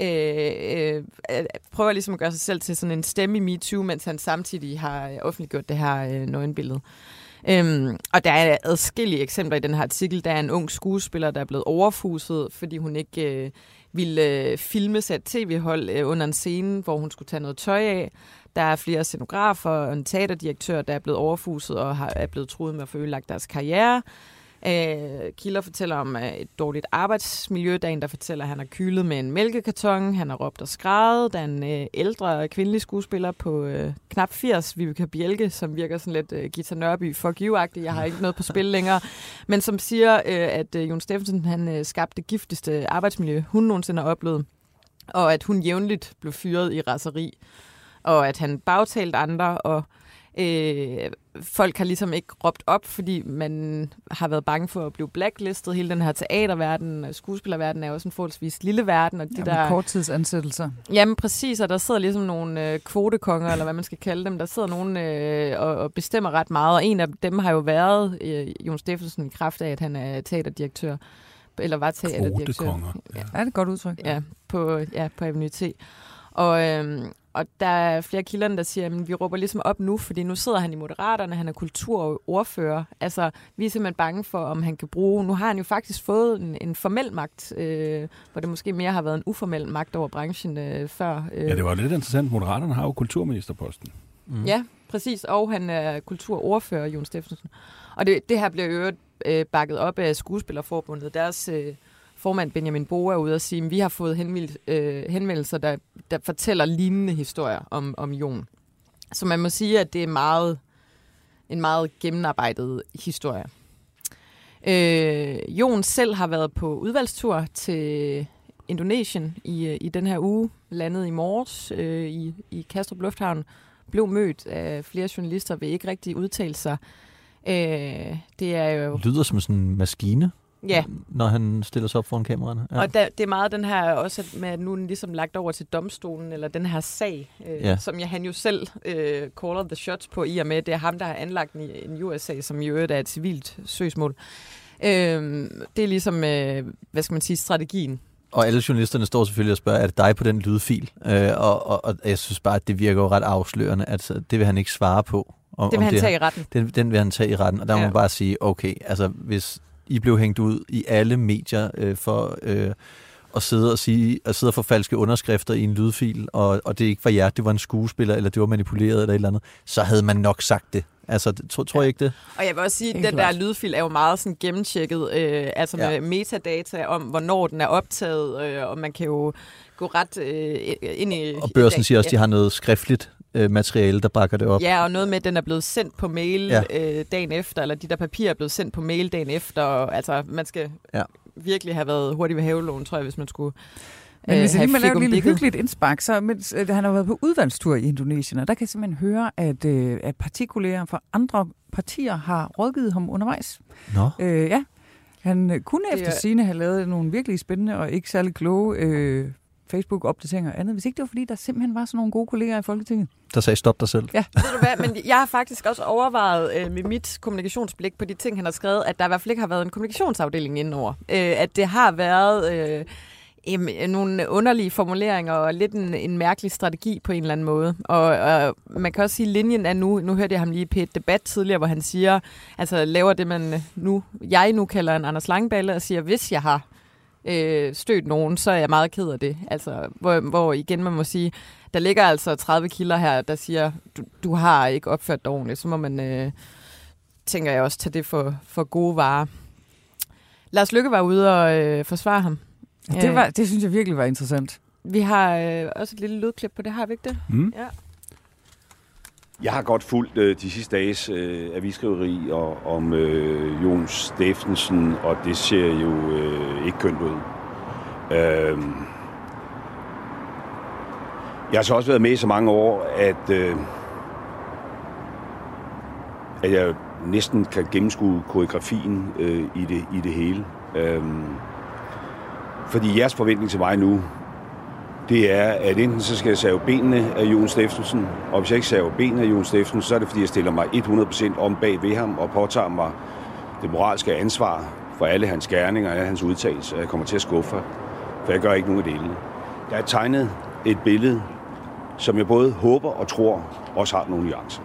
prøver ligesom at gøre sig selv til sådan en stemme i MeToo, mens han samtidig har offentliggjort det her nøgenbillede. Og der er adskillige eksempler i den her artikel. Der er en ung skuespiller, der er blevet overfuset, fordi hun ikke ville filme sig et tv-hold under en scene, hvor hun skulle tage noget tøj af. Der er flere scenografer og en teaterdirektør, der er blevet overfuset og er blevet truet med at få ødelagt deres karriere. Kilder fortæller om et dårligt arbejdsmiljø. Der er en, der fortæller, at han har kylet med en mælkekarton. Han har råbt og skrædet. Der er en ældre kvindelig skuespiller på knap 80, Vibeke Bjelke, som virker sådan lidt Gita Nørby fuck you-agtig. Jeg har ikke noget på spil længere. Men som siger, at Jon Stephensen han skabte det giftigste arbejdsmiljø, hun nogensinde har oplevet. Og at hun jævnligt blev fyret i raseri. Og at han bagtalte andre, og folk har ligesom ikke råbt op, fordi man har været bange for at blive blacklistet. Hele den her teaterverden, skuespillerverden er jo også en forholdsvis lille verden. Og der korttidsansættelser. Jamen præcis, og der sidder ligesom nogle kvotekonger, eller hvad man skal kalde dem. Der sidder nogen og bestemmer ret meget, og en af dem har jo været Jon Stephensen i kraft af, at han er teaterdirektør. Eller var teaterdirektør. Kvotekonger. Ja, det er et godt udtryk. Ja, på Avenue T. Og der er flere kilderne, der siger, at vi råber ligesom op nu, fordi nu sidder han i Moderaterne, han er kulturordfører. Altså, vi er simpelthen bange for, om han kan bruge... Nu har han jo faktisk fået en formel magt, hvor det måske mere har været en uformel magt over branchen før. Ja, det var lidt interessant. Moderaterne har jo kulturministerposten. Mm. Ja, præcis. Og han er kulturordfører, Jon Stephensen. Og det her bliver jo bakket op af Skuespillerforbundet. Deres... formand Benjamin Boe er ude og sige, at vi har fået henvendelser, der fortæller lignende historier om Jon. Så man må sige, at det er en meget gennemarbejdet historie. Jon selv har været på udvalgstur til Indonesien i den her uge, landet i morges i Kastrup Lufthavn, blev mødt af flere journalister, vil ikke rigtig udtale sig. Det er jo... Lyder som sådan en maskine. Ja. Når han stiller sig op foran kameraerne. Ja. Og det er meget den her også med, at nu er den ligesom lagt over til domstolen, eller den her sag, som han jo selv caller the shots på, i og med, det er ham, der har anlagt en USA, som i øvrigt er et civilt søgsmål. Det er ligesom, hvad skal man sige, strategien. Og alle journalisterne står selvfølgelig og spørger, er det dig på den lydfil? Og jeg synes bare, at det virker jo ret afslørende, at det vil han ikke svare på. Det vil han tage i retten. Den vil han tage i retten, og der må man bare sige, okay, altså hvis I blev hængt ud i alle medier for at sidde og få falske underskrifter i en lydfil, og det ikke var jer, det var en skuespiller, eller det var manipuleret, eller et eller andet, så havde man nok sagt det. Altså, tror jeg ikke det? Og jeg vil også sige, at den der lydfil er jo meget sådan gennemtjekket, med metadata om, hvornår den er optaget, og man kan jo gå ret ind i... Og Børsen siger også, at de har noget skriftligt materiale, der bakker det op. Ja, og noget med, at den er blevet sendt på mail dagen efter, eller de der papirer er blevet sendt på mail dagen efter, og altså, man skal virkelig have været hurtigt ved havelån, tror jeg, hvis man skulle Men hvis jeg lige må lave et lille blikket. hyggeligt indspark, så mens han har været på udvalgstur i Indonesien, og der kan jeg simpelthen høre, at partikolleger fra andre partier har rådgivet ham undervejs. Nå. Ja, han kunne efter sigende have lavet nogle virkelig spændende og ikke særlig kloge Facebook-opdateringer og andet, hvis ikke det var, fordi der simpelthen var sådan nogle gode kolleger i Folketinget. Der sagde stop dig selv. Ja. Ved du hvad, men jeg har faktisk også overvejet med mit kommunikationsblik på de ting, han har skrevet, at der i hvert fald ikke har været en kommunikationsafdeling indenover. At det har været nogle underlige formuleringer og lidt en mærkelig strategi på en eller anden måde. Og man kan også sige, at linjen er nu hørte jeg ham lige på et debat tidligere, hvor han siger, altså laver det, jeg nu kalder en Anders Langballe, og siger, hvis jeg har stødt nogen, så er jeg meget ked af det. Altså, hvor igen man må sige, der ligger altså 30 kilder her, der siger, du har ikke opført dig ordentligt, så må man, tænker jeg også, tage det for gode varer. Lars Løkke var ude og forsvare ham. Det synes jeg virkelig var interessant. Vi har også et lille lydklip på det, har vi ikke det? Mm. Ja. Jeg har godt fulgt de sidste dages avisskriveri om Jon Steffensen, og det ser jo ikke kønt ud. Jeg har så også været med i så mange år, at jeg næsten kan gennemskue koreografien i det hele. Fordi jeres forventning til mig nu, det er, at enten så skal jeg save benene af Jon Steffensen, og hvis jeg ikke saver benene af Jon Steffensen, så er det fordi, jeg stiller mig 100% om bag ved ham og påtager mig det moralske ansvar for alle hans gerninger og alle hans udtalelser. Jeg kommer til at skuffe, for jeg gør ikke nogen af delene. Jeg har tegnet et billede, som jeg både håber og tror også har nogle nuancer.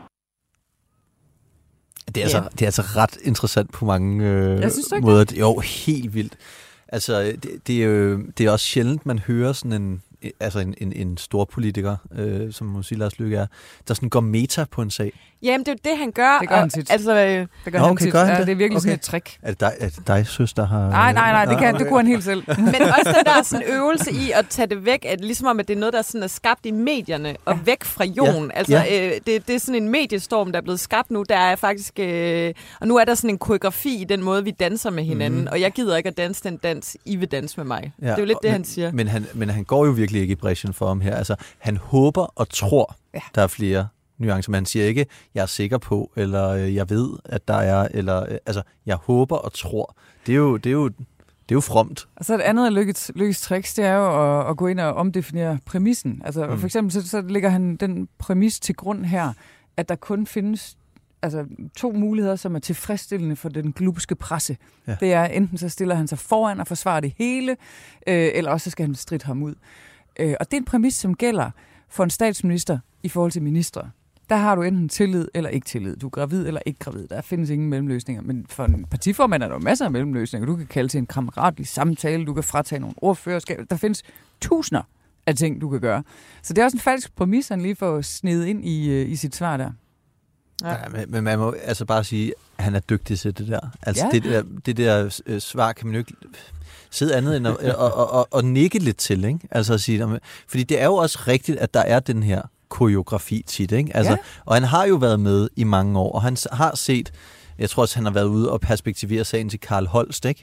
Det er altså ret interessant på mange måder. Jo, helt vildt. Altså, det er også sjældent, man hører sådan en stor politiker, som man siger, Lars Løkke er, der sådan går meta på en sag. Jamen, det er jo det, han gør. Det gør han tit. Altså, det gør han tit. Gør han det? Det er virkelig sådan et trick. Er det dig, søs, der har... Nej, det kunne han helt selv. Men også den der sådan øvelse i at tage det væk, at ligesom om, at det er noget, der sådan er skabt i medierne, og væk fra Jon. Det er sådan en mediestorm, der er blevet skabt nu. Der er faktisk... og nu er der sådan en koreografi i den måde, vi danser med hinanden, og jeg gider ikke at danse den dans, I vil danse med mig. Ja, det er jo lidt det, han siger. Men han går jo virkelig ikke i bræschen for ham her. Altså, han håber og tror, der er flere nuancer. Man siger ikke, jeg er sikker på, eller jeg ved, at der er, eller altså, jeg håber og tror. Det er jo fromt. Og så et andet af Lykkes tricks, det er jo at gå ind og omdefinere præmissen. Altså for eksempel, så ligger han den præmis til grund her, at der kun findes to muligheder, som er tilfredsstillende for den glubske presse. Ja. Det er, enten så stiller han sig foran og forsvarer det hele, eller også så skal han stride ham ud. Og det er en præmis, som gælder for en statsminister i forhold til ministre. Der har du enten tillid eller ikke tillid. Du er gravid eller ikke gravid. Der findes ingen mellemløsninger. Men for en partiformand er der jo masser af mellemløsninger. Du kan kalde til en kammeratlig samtale. Du kan fratage nogle ordførerskab. Der findes tusinder af ting, du kan gøre. Så det er også en falsk præmis, han lige får snedet ind i sit svar der. Ja, men man må altså bare sige, at han er dygtig til det der. Altså det der svar kan man jo ikke sidde andet end at nikke lidt til, ikke? Altså at sige, fordi det er jo også rigtigt, at der er den her koreografi tit, ikke? Altså, og han har jo været med i mange år, og han har set, jeg tror også, han har været ude og perspektivere sagen til Carl Holst, ikke?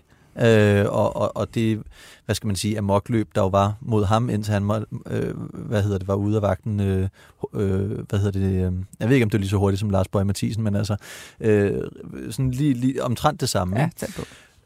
Og det, hvad skal man sige, amokløb, der jo var mod ham, indtil han var ude af vagten, jeg ved ikke, om det er lige så hurtigt som Lars Boje Mathiesen, men altså, sådan lige omtrent det samme. Ja, tæt på.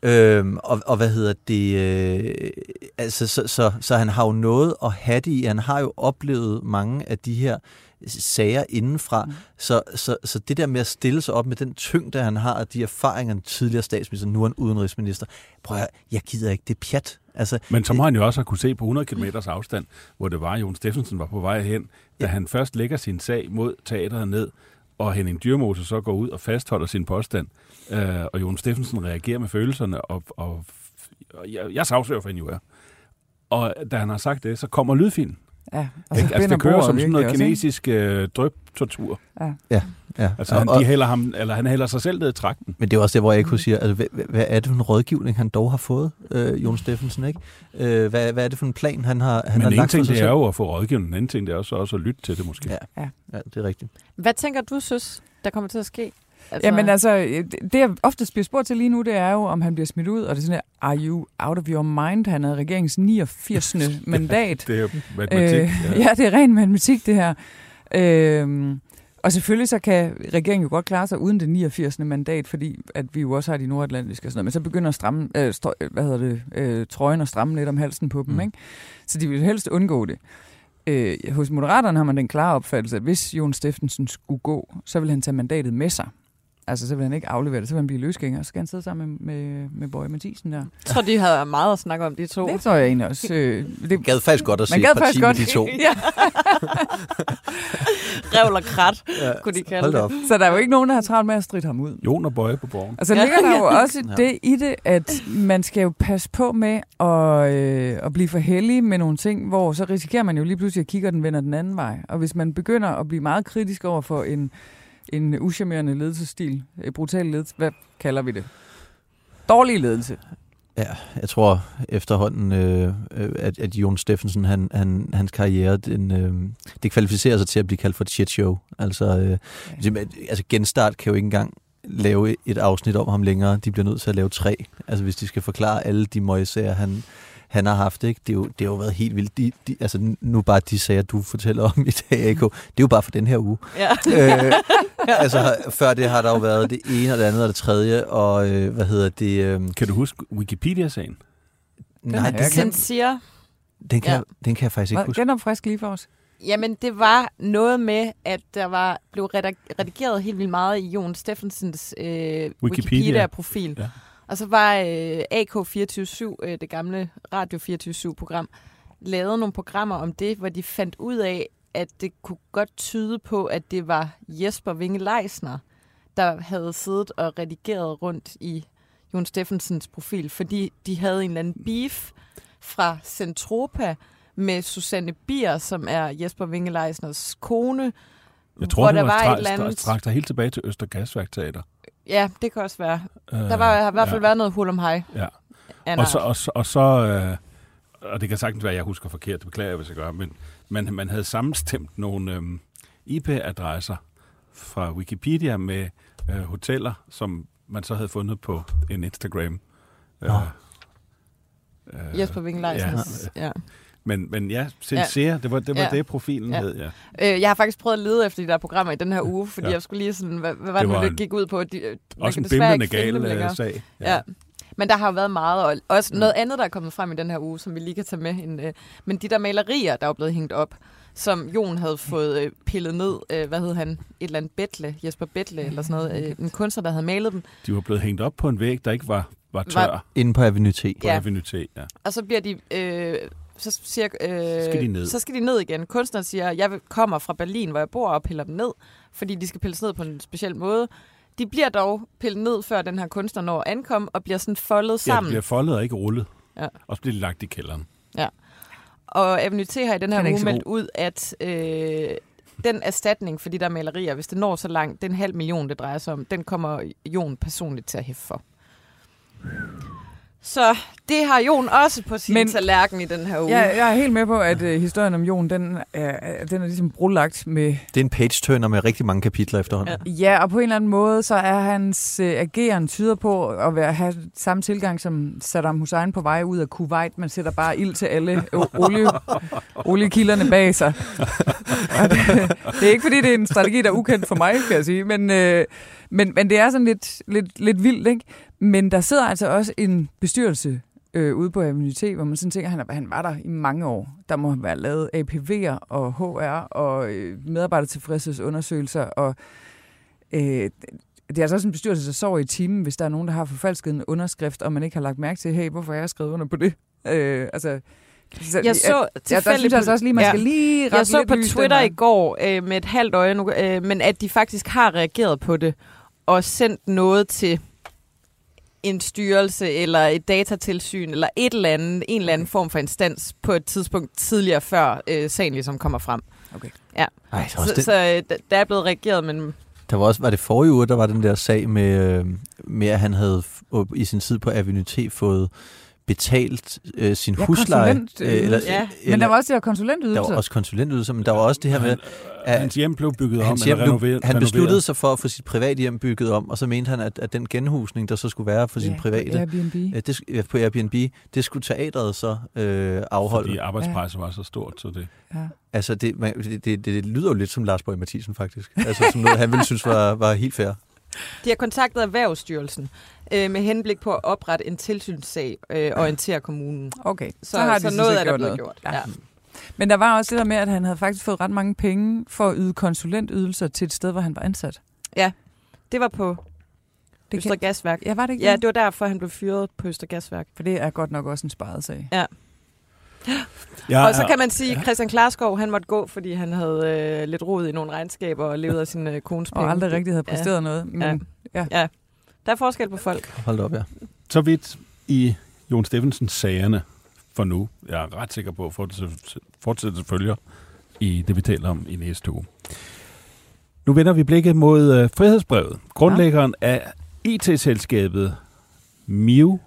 Så han har jo noget at have det i. Han har jo oplevet mange af de her sager indenfra. Så det der med at stille sig op med den tyngde, han har, og de erfaringer, en tidligere statsminister, nu en udenrigsminister, jeg gider ikke, det er pjat. Altså, men så må han jo også have kunne se på 100 km afstand, hvor det var, Jon Steffensen var på vej hen, da han først lægger sin sag mod teateret ned, og Henning Dyrmose så går ud og fastholder sin påstand, og Jon Steffensen reagerer med følelserne, og jeg sagsøger for hende jo er. Og da han har sagt det, så kommer lydfilen. Ja, og så det kører som sådan noget kinesisk drøbtortur. Ja. Altså han hælder sig selv ned i tragten. Men det er også det, hvor jeg ikke kunne sige, altså, hvad er det for en rådgivning, han dog har fået, Jon Steffensen, ikke? Hvad er det for en plan, han har lagt for sig selv? Men en ting, det er jo at få rådgivning, en anden ting, det er også at lytte til det måske. Ja, det er rigtigt. Hvad tænker du, synes, der kommer til at ske? Jamen altså, det jeg oftest bliver spurgt til lige nu, det er jo, om han bliver smidt ud, og det er sådan her, are you out of your mind? Han havde regeringens 89. mandat. Det er jo matematik. Ja, det er ren matematik, det her. Og selvfølgelig så kan regeringen jo godt klare sig uden det 89. mandat, fordi at vi jo også har de nordatlantiske og sådan noget, men så begynder at stramme, trøjen og stramme lidt om halsen på dem, ikke? Så de vil helst undgå det. Hos Moderaterne har man den klare opfattelse, at hvis Jon Steffensen skulle gå, så vil han tage mandatet med sig. Altså, så vil han ikke aflevere det, så vil han blive løsgænger, så skal han sidde sammen med Boje Mathiesen der. Jeg tror, de havde meget at snakke om, de to. Det tror jeg egentlig også. Det gad faktisk godt at se parti med de to. Ja. Revl og krat, kunne de kalde det. Så der er jo ikke nogen, der har travlt med at stride ham ud. Jon og Boje på borgen. Altså, ligger der jo også det i det, at man skal jo passe på med at blive for heldig med nogle ting, hvor så risikerer man jo lige pludselig at kigge, og den vender den anden vej. Og hvis man begynder at blive meget kritisk over for en uschammerende ledelsesstil, brutal ledelse, hvad kalder vi det? Dårlig ledelse. Ja, jeg tror efterhånden, at Jon Steffensen, hans karriere, det kvalificerer sig til at blive kaldt for et shit show. Altså Genstart kan jo ikke engang lave et afsnit om ham længere. De bliver nødt til at lave 3. Altså hvis de skal forklare alle de møgsager, han har haft, ikke? Det har jo været helt vildt. Altså nu bare de sager, du fortæller om i dag, AK, det er jo bare for den her uge. Ja. Altså før det har der jo været det ene og det andet og det tredje, og Kan du huske Wikipedia-sagen? Nej, den kan jeg faktisk ikke huske. Genopfrisk lige for os. Jamen, det var noget med, at der blev redigeret helt vildt meget i Jon Steffensens Wikipedia-profil. Ja. Og så var AK247, det gamle Radio 24/7-program, lavet nogle programmer om det, hvor de fandt ud af, at det kunne godt tyde på, at det var Jesper Winge Leisner, der havde siddet og redigeret rundt i Jon Steffensens profil, fordi de havde en eller anden beef fra Centropa med Susanne Bier, som er Jesper Winge Leisners kone. Jeg tror, det var strakt helt tilbage til Østergasværk Teater. Ja, det kan også være. Der har i hvert fald været noget hul om hej. Ja. Og det kan sagtens være, at jeg husker forkert, det beklager jeg, hvis jeg gør, men man havde sammenstemt nogle IP-adresser fra Wikipedia med hoteller, som man så havde fundet på en Instagram. Jesper Winge Leisners, ja. Men ja, sincere, det var det profilen hed, ja. Jeg har faktisk prøvet at lede efter de der programmer i den her uge, fordi jeg skulle lige sådan, hvad var det nu, det gik ud på? Også en bimlende gal sag. Ja. Men der har jo været meget, og også noget andet, der er kommet frem i den her uge, som vi lige kan tage med. Men de der malerier, der er blevet hængt op, som Jon havde fået pillet ned, hvad hed han? Et eller andet Bettle, Jesper Bettle eller sådan noget, en kunstner, der havde malet dem. De var blevet hængt op på en væg, der ikke var tør. Inde på Avenue T. Ja. Avenue T, ja. Og så bliver de... Så skal de ned igen. Kunstneren siger, jeg kommer fra Berlin, hvor jeg bor, og piller dem ned, fordi de skal pilles ned på en speciel måde. De bliver dog pillet ned, før den her kunstner når at ankomme, og bliver sådan foldet sammen. Ja, de bliver foldet og ikke rullet. Ja. Og så bliver de lagt i kælderen. Ja. Og Avenue T har i den her uge meldt ud, at den erstatning for de der malerier, hvis det når så langt, den 500.000, det drejer sig om, den kommer Jon personligt til at hæfte for. Så det har Jon også på sin tallerken i den her uge. Ja, jeg er helt med på, at historien om Jon, den er ligesom brolagt med... Det er en page-turner med rigtig mange kapitler efterhånden. Ja, og på en eller anden måde, så er hans ageren tyder på at have samme tilgang som Saddam Hussein på vej ud af Kuwait. Man sætter bare ild til alle oliekilderne bag sig. Det er ikke, fordi det er en strategi, der er ukendt for mig, kan jeg sige, men det er sådan lidt vildt, ikke? Men der sidder altså også en bestyrelse ude på Avenue T, hvor man sådan tænker, at han var der i mange år. Der må have været lavet APV'er og HR og medarbejdertilfredshedsundersøgelser. Og det er altså også en bestyrelse, der sover i timen, hvis der er nogen, der har forfalsket en underskrift, og man ikke har lagt mærke til, hey, hvorfor har jeg skrevet under på det? Jeg så tilfældigt på Twitter i går med et halvt øje nu, men at de faktisk har reageret på det og sendt noget til en styrelse eller et datatilsyn eller en eller anden form for instans på et tidspunkt tidligere før sagen ligesom kommer frem. Okay. Ja. Ej, så der er blevet reageret, men... Der var også, var det forrige uge, der var den der sag med at han havde i sin tid på Avenue T fået betalt sin husleje. Men der var også det her konsulentydelser. Der var også konsulentydelser, men der var også det her med... Hans hjem blev bygget om, han besluttede sig for at få sit private hjem bygget om, og så mente han, at den genhusning, der så skulle være for sin private... På Airbnb, det skulle teatret så afholde. Fordi arbejdspresset var så stort, så det... Ja. Altså, det lyder jo lidt som Lars Boje Mathiesen, faktisk. Altså, som noget, han ville synes var helt fair. De har kontaktet Erhvervsstyrelsen med henblik på at oprette en tilsynssag og orientere kommunen. Okay, så har de noget af det blevet gjort. Ja. Men der var også det der med, at han havde faktisk fået ret mange penge for at yde konsulentydelser til et sted, hvor han var ansat. Ja, det var på Østre Gasværk. Ja, var det ikke? Ja, det var derfor, han blev fyret på Østre Gasværk. For det er godt nok også en sparet sag. Ja. Og så kan man sige, at Christian Klarskov, han måtte gå, fordi han havde lidt rod i nogle regnskaber og levede af sin kones penge. Og aldrig rigtig havde præsteret noget. Men, ja, der er forskel på folk. Hold op, ja. Så vidt i Jon Stephensens sagerne for nu. Jeg er ret sikker på at fortsætte følger i det, vi taler om i næste uge. Nu vender vi blikket mod Frihedsbrevet. Grundlæggeren af IT-selskabet Miu.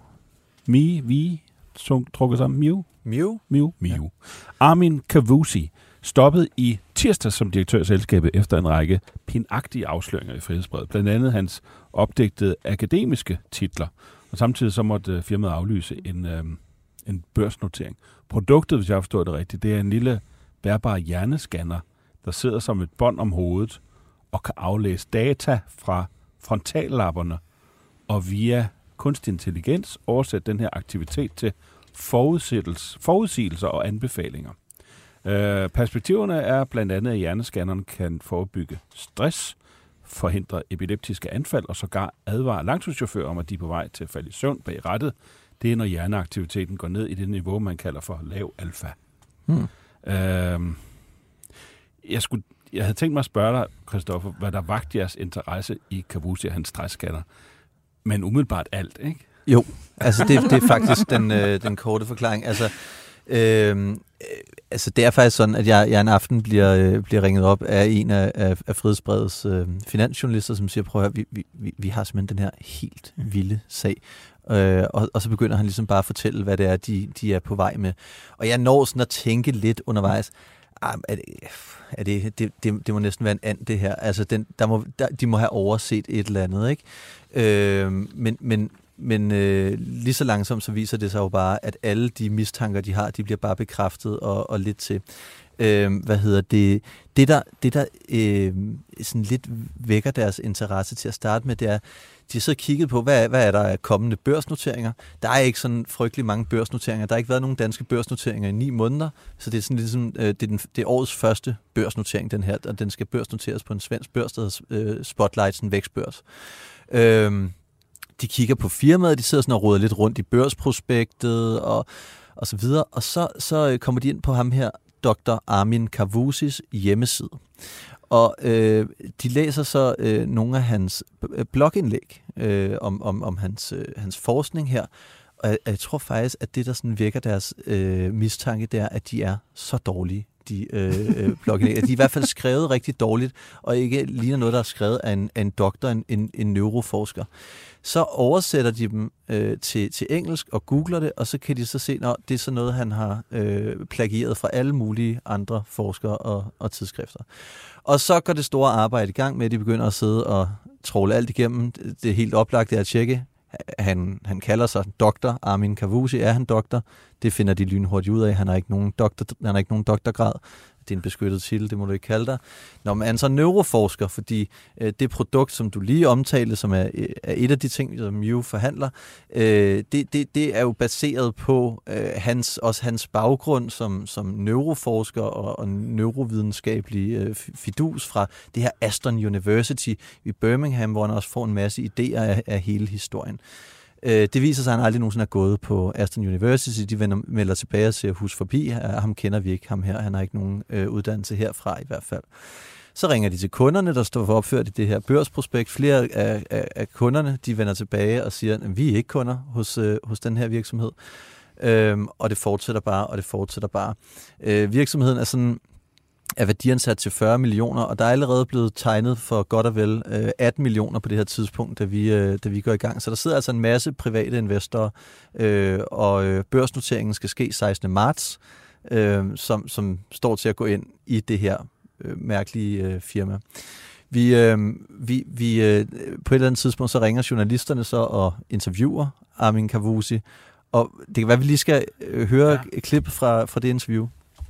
Armin Kavusi stoppet i tirsdag som direktør af selskabet efter en række pinagtige afsløringer i Frihedsbrevet. Blandt andet hans opdigtede akademiske titler. Og samtidig så måtte firmaet aflyse en børsnotering. Produktet, hvis jeg har forstået det rigtigt, det er en lille bærbar hjernescanner, der sidder som et bånd om hovedet og kan aflæse data fra frontallapperne og via kunstig intelligens oversætte den her aktivitet til forudsigelser og anbefalinger. Perspektiverne er blandt andet, at hjernescanneren kan forebygge stress, forhindre epileptiske anfald og sågar advare langturschauffører om, at de er på vej til at falde i søvn bag rattet. Det er, når hjerneaktiviteten går ned i det niveau, man kalder for lav alfa. Jeg havde tænkt mig at spørge dig, Christoffer, hvad der vagt jeres interesse i Kavusi og hans stressscanner. Men umiddelbart alt, ikke? Jo, altså det er faktisk den korte forklaring. Altså det er faktisk sådan, at jeg en aften bliver ringet op af en af Frihedsbrevets finansjournalister, som siger, prøv at høre, vi har simpelthen den her helt vilde sag. Og så begynder han ligesom bare at fortælle, hvad det er, de er på vej med. Og jeg når sådan at tænke lidt undervejs, det må næsten være en and, det her. Altså de må have overset et eller andet, ikke? Men lige så langsomt, så viser det sig jo bare, at alle de mistanker, de har, de bliver bare bekræftet og lidt til. Det der sådan lidt vækker deres interesse til at starte med, det er, de har så kigget på, hvad er der af kommende børsnoteringer. Der er ikke sådan frygtelig mange børsnoteringer. Der har ikke været nogen danske børsnoteringer i 9 måneder, så det er sådan ligesom, det er årets første børsnotering, den her, og den skal børsnoteres på en svensk børs, der hedder Spotlight, en vækstbørs. De kigger på firmaet, de sidder sådan og roder lidt rundt i børsprospektet og så videre, og så kommer de ind på ham her, Dr. Armin Kavusis hjemmeside. Og de læser så nogle af hans blogindlæg om hans forskning her, og jeg tror faktisk, at det, der sådan vækker deres mistanke, det er, at de er så dårlige, de blogindlæg. De er i hvert fald skrevet rigtig dårligt, og ikke ligner noget, der er skrevet af en doktor, en neuroforsker. Så oversætter de dem til engelsk og googler det, og så kan de så se, at det er sådan noget, han har plagieret fra alle mulige andre forskere og tidsskrifter. Og så går det store arbejde i gang med, at de begynder at sidde og tråle alt igennem. Det er helt oplagt at tjekke. Han kalder sig doktor Armin Kavusi. Er han doktor? Det finder de lynhurtigt ud af. Han har ikke nogen doktorgrad. Det er en beskyttet titel, det må du ikke kalde dig. Når man er så neuroforsker, fordi det produkt, som du lige omtalte, som er et af de ting, som Miu forhandler, det er jo baseret på hans baggrund som neuroforsker og neurovidenskabelig fidus fra det her Aston University i Birmingham, hvor han også får en masse idéer af hele historien. Det viser sig, at han aldrig nogensinde er gået på Aston University. De melder tilbage og siger, hus forbi. Ham kender vi ikke, ham her. Han har ikke nogen uddannelse herfra i hvert fald. Så ringer de til kunderne, der står for opført i det her børsprospekt. Flere af kunderne, de vender tilbage og siger, at vi er ikke kunder hos den her virksomhed. Og det fortsætter bare. Virksomheden er sådan er værdiansat til 40 millioner, og der er allerede blevet tegnet for godt og vel 18 millioner på det her tidspunkt, da vi går i gang. Så der sidder altså en masse private investorer, og børsnoteringen skal ske 16. marts, som står til at gå ind i det her mærkelige firma. Vi på et eller andet tidspunkt, så ringer journalisterne så og interviewer Armin Kavusi, og det kan være, at vi lige skal høre et klip fra det interview.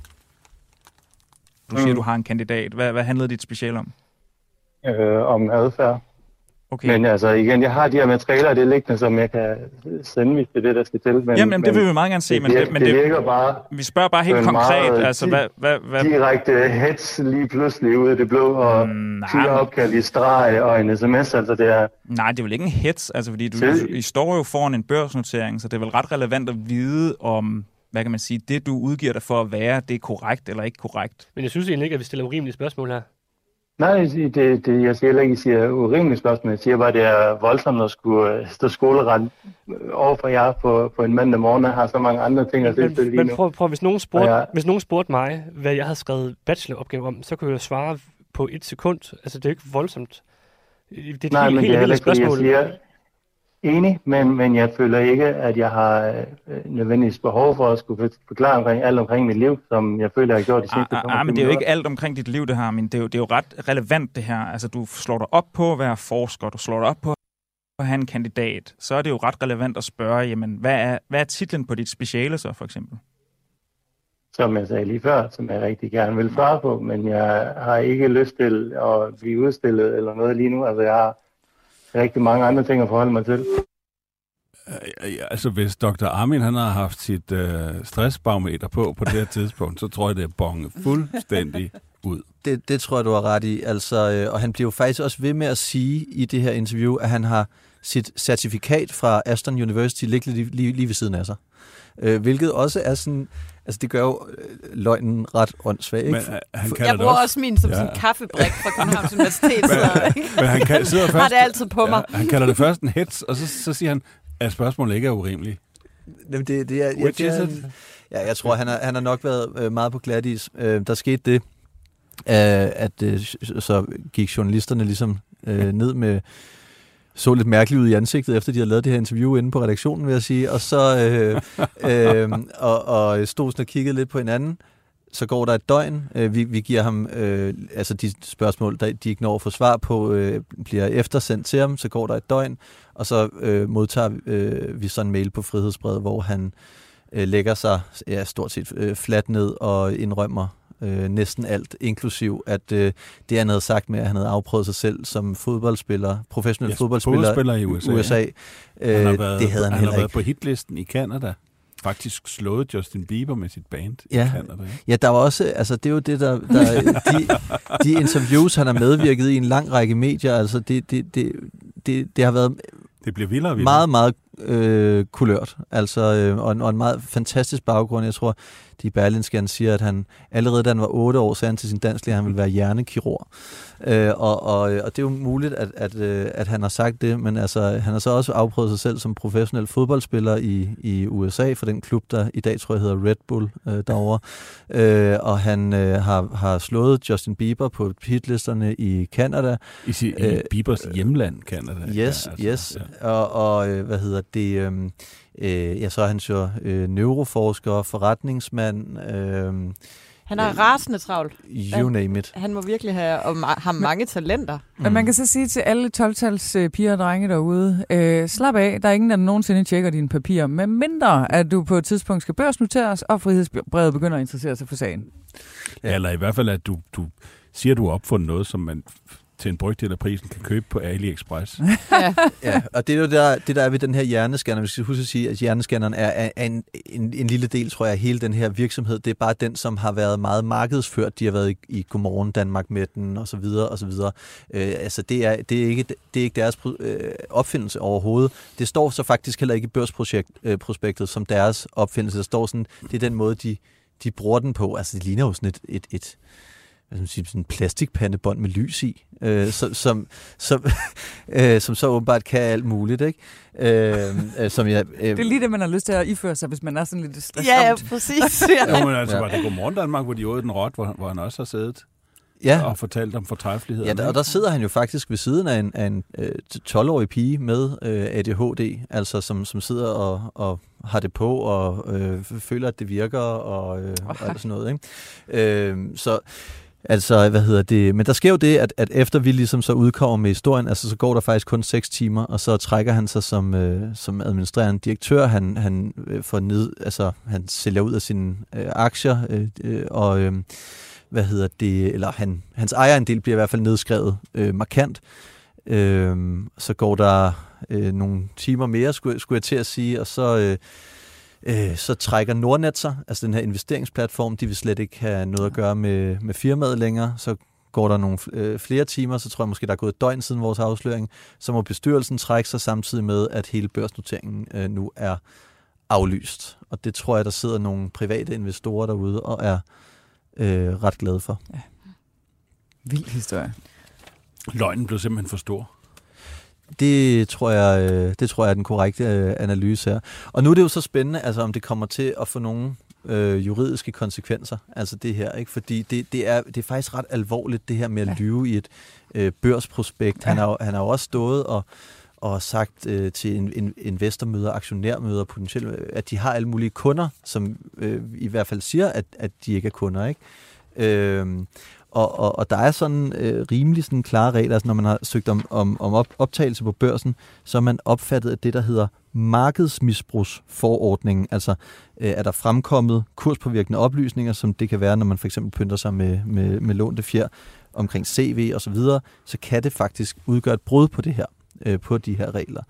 Du siger, du har en kandidat. Hvad handlede dit speciale om? Om adfærd. Okay. Men altså igen, jeg har de her materialer, det er liggende, som jeg kan sende, hvis det er det, der skal til. Jamen, det vil vi meget gerne se, men det virker bare... Vi spørger bare helt konkret, altså hvad... Direkte hets lige pludselig ud af det blå, og 10 opkald i streg og en sms, altså det er... Nej, det er vel ikke en hets, altså fordi I står jo foran en børsnotering, så det er vel ret relevant at vide om... Hvad kan man sige? Det, du udgiver dig for at være, det er korrekt eller ikke korrekt? Men jeg synes egentlig ikke, at vi stiller urimelige spørgsmål her. Nej, jeg siger heller ikke, at I siger urimelige spørgsmål. Jeg siger bare, at det er voldsomt at skulle stå skoleret over for jer på en mandag morgen, og har så mange andre ting at se til lige nu. Men prøv, hvis nogen spurgte mig, hvad jeg havde skrevet bacheloropgave om, så kunne jeg svare på 1 sekund. Altså, det er ikke voldsomt. Det er helt almindelige spørgsmål. Enig, men jeg føler ikke, at jeg har nødvendigvis behov for at skulle forklare alt omkring mit liv, som jeg føler, jeg har gjort de sidste men det er jo ikke alt omkring dit liv, det her, men det er jo ret relevant, det her. Altså, du slår dig op på at være forsker, du slår dig op på at have en kandidat. Så er det jo ret relevant at spørge, jamen, hvad er titlen på dit speciale så, for eksempel? Som jeg sagde lige før, som jeg rigtig gerne vil svare på, men jeg har ikke lyst til at blive udstillet eller noget lige nu. Altså, jeg har rigtig mange andre ting at forholde mig til. Altså, hvis Dr. Armin han har haft sit stressbarometer på det her tidspunkt, så tror jeg, det er bonget fuldstændig ud. Det tror jeg, du har ret i. Altså, og han bliver jo faktisk også ved med at sige i det her interview, at han har sit certifikat fra Aston University liggende lige ved siden af sig. Hvilket også er sådan... Altså, det gør jo løgnen ret åndssvag, ikke? Jeg bruger også min som sådan en kaffebrik fra Københavns Universitet. Men han sidder først... har det altid på mig. Han kalder det først en hets, og så siger han, at spørgsmålet ikke er urimeligt. Jeg tror, han har nok været meget på glatis. Der skete det, at så gik journalisterne ligesom ned med... så lidt mærkeligt ud i ansigtet, efter de havde lavet det her interview inde på redaktionen, vil jeg sige, og så og stod sådan og kiggede lidt på hinanden. Så går der et døgn. Vi giver ham, altså de spørgsmål, de ikke når at få svar på, bliver eftersendt til ham. Så går der et døgn, og så modtager vi sådan en mail på Frihedsbrevet, hvor han lægger sig stort set fladt ned og indrømmer næsten alt, inklusiv at det, han havde sagt med, at han havde afprøvet sig selv som fodboldspiller, professionel fodboldspiller i USA. Det havde han heller været på hitlisten i Canada. Faktisk slået Justin Bieber med sit band i Canada. Ja, der var også, altså det er jo det, der de interviews, han har medvirket i en lang række medier, altså det har været det bliver vildere og vildere. Meget, meget kulørt. Altså, og en meget fantastisk baggrund. Jeg tror, de Berlinske siger, at han allerede da han var 8 år, sagde han til sin dansklærer, at han ville være hjernekirurg. Og det er jo muligt, at han har sagt det, men altså, han har så også afprøvet sig selv som professionel fodboldspiller i USA, for den klub, der i dag tror jeg hedder Red Bull derovre. Og han har slået Justin Bieber på hitlisterne i Canada. I Biebers hjemland, Canada. Yes. Ja. Og hvad hedder det? Så er han så neuroforsker, forretningsmand. Han er rasende travlt. You name it. Han må virkelig have mange talenter. Men man kan så sige til alle 12-tals piger og drenge derude, slap af, der er ingen, der nogensinde tjekker dine papirer, med mindre at du på et tidspunkt skal børsnoteres, og Frihedsbrevet begynder at interessere sig for sagen. Ja, eller i hvert fald, at du siger, du har opfundet noget, som man til en brygdel af prisen kan købe på AliExpress. Ja, og det er jo det der er ved den her hjernescanner. Vi skal huske at sige, at hjernescanneren er en lille del, tror jeg, af hele den her virksomhed. Det er bare den, som har været meget markedsført. De har været i Godmorgen Danmark med den, og så videre, og så videre. Altså, det er ikke deres opfindelse overhovedet. Det står så faktisk heller ikke i børsprospektet som deres opfindelse. Der står sådan, det er den måde, de bruger den på. Altså, det ligner jo sådan et sådan plastikpandebånd med lys i, som så åbenbart kan alt muligt, ikke? Som jeg, det er lige det, man har lyst til at iføre sig, hvis man er sådan lidt stresset. Ja, præcis. Ja, men altså var det Godmorgen Danmark, hvor de åd den rot, hvor han også har siddet og fortalt om fortræffeligheder. Ja, og der sidder han jo faktisk ved siden af en 12-årig pige med ADHD, altså som sidder og har det på og føler, at det virker og alt sådan noget, ikke? Så altså, men der sker jo det, at efter vi ligesom så udkommer med historien, altså så går der faktisk kun 6 timer, og så trækker han sig som administrerende direktør. Han får han sælger ud af sine aktier, hans ejerandel bliver i hvert fald nedskrevet markant. Så går der nogle timer mere, skulle jeg til at sige, og så trækker Nordnet sig, altså den her investeringsplatform, de vil slet ikke have noget at gøre med firmaet længere. Så går der nogle flere timer, så tror jeg måske, der er gået et døgn siden vores afsløring. Så må bestyrelsen trække sig samtidig med, at hele børsnoteringen nu er aflyst. Og det tror jeg, der sidder nogle private investorer derude og er ret glade for. Ja. Vild historie. Løgnen blev simpelthen for stor. Det tror jeg er den korrekte analyse her. Og nu er det jo så spændende, altså om det kommer til at få nogle juridiske konsekvenser, altså det her, ikke? Fordi det er faktisk ret alvorligt, det her med at lyve i et børsprospekt. Han har jo også stået og sagt til investormøder, aktionærmøder potentielt, at de har alle mulige kunder, som i hvert fald siger, at de ikke er kunder, ikke? Og der er sådan rimelig sådan klare regler, altså når man har søgt om optagelse på børsen, så er man opfattet af det, der hedder markedsmisbrugsforordningen. Altså er der fremkommet kurspåvirkende oplysninger, som det kan være, når man for eksempel pynter sig med lånte fjer omkring CV og så videre, så kan det faktisk udgøre et brud på det her, på de her regler.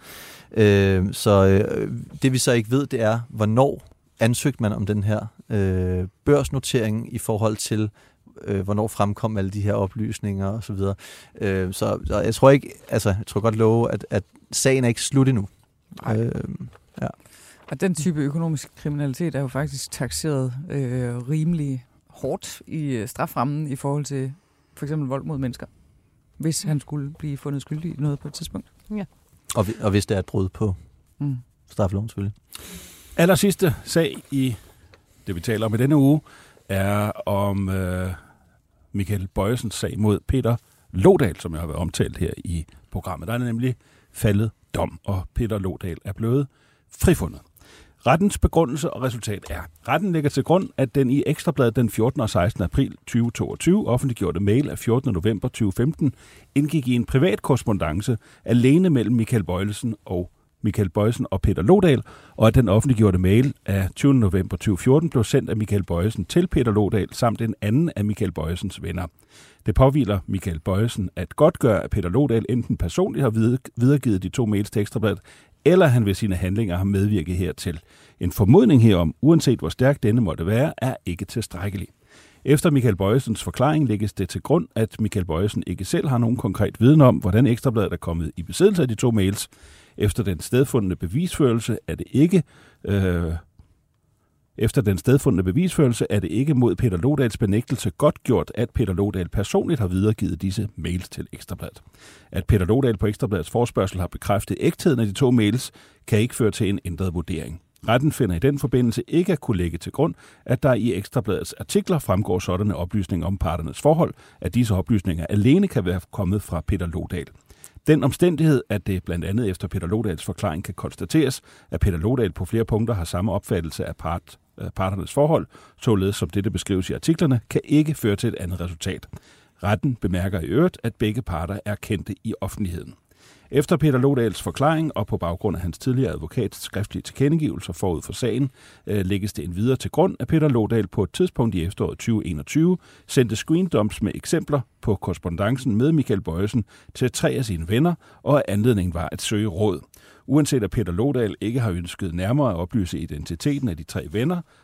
Så det vi så ikke ved, det er, hvornår ansøgte man om den her børsnotering i forhold til hvornår fremkom alle de her oplysninger og så videre. Så jeg tror ikke, altså jeg tror godt love, at sagen er ikke slut endnu. Ja. Og den type økonomisk kriminalitet er jo faktisk takseret rimelig hårdt i straframmen i forhold til for eksempel vold mod mennesker, hvis han skulle blive fundet skyldig i noget på et tidspunkt. Ja. Og hvis det er et brud på straffeloven selvfølgelig. Allersidste sag i det, vi taler om i denne uge, er om Michael Bojsens sag mod Peter Lodal, som jeg har været omtalt her i programmet. Der er nemlig faldet dom, og Peter Lodal er blevet frifundet. Rettens begrundelse og resultat er: retten lægger til grund, at den i Ekstrabladet den 14. og 16. april 2022 offentliggjorte mail af 14. november 2015 indgik i en privat korrespondance alene mellem Michael Bojsen og Peter Lodal, og at den offentliggjorte mail af 20. november 2014 blev sendt af Michael Bojsen til Peter Lodal samt en anden af Michael Bojsens venner. Det påhviler Michael Bojsen at godtgøre, at Peter Lodal enten personligt har videregivet de 2 mails til Ekstrabladet, eller han ved sine handlinger har medvirket hertil. En formodning herom, uanset hvor stærk denne måtte være, er ikke tilstrækkelig. Efter Michael Bojsens forklaring lægges det til grund, at Michael Bojsen ikke selv har nogen konkret viden om, hvordan Ekstrabladet er kommet i besiddelse af de 2 mails. Efter den stedfundne bevisførelse er det ikke mod Peter Lodals benægtelse godtgjort, at Peter Lodal personligt har videregivet disse mails til Ekstrabladet. At Peter Lodal på Ekstrabladets forespørgsel har bekræftet ægtheden af de 2 mails, kan ikke føre til en ændret vurdering. Retten finder i den forbindelse ikke at kunne lægge til grund, at der i Ekstrabladets artikler fremgår sådanne oplysninger om parternes forhold, at disse oplysninger alene kan være kommet fra Peter Lodal. Den omstændighed, at det blandt andet efter Peter Lodals forklaring kan konstateres, at Peter Lodal på flere punkter har samme opfattelse af parternes forhold, således som dette beskrives i artiklerne, kan ikke føre til et andet resultat. Retten bemærker i øvrigt, at begge parter er kendte i offentligheden. Efter Peter Lodals forklaring og på baggrund af hans tidligere advokats skriftlige tilkendegivelser forud for sagen, lægges det endvidere til grund, at Peter Lodal på et tidspunkt i efteråret 2021 sendte screendumps med eksempler på korrespondancen med Michael Bojsen til 3 af sine venner, og anledningen var at søge råd. Uanset at Peter Lodal ikke har ønsket nærmere at oplyse identiteten af de 3 venner,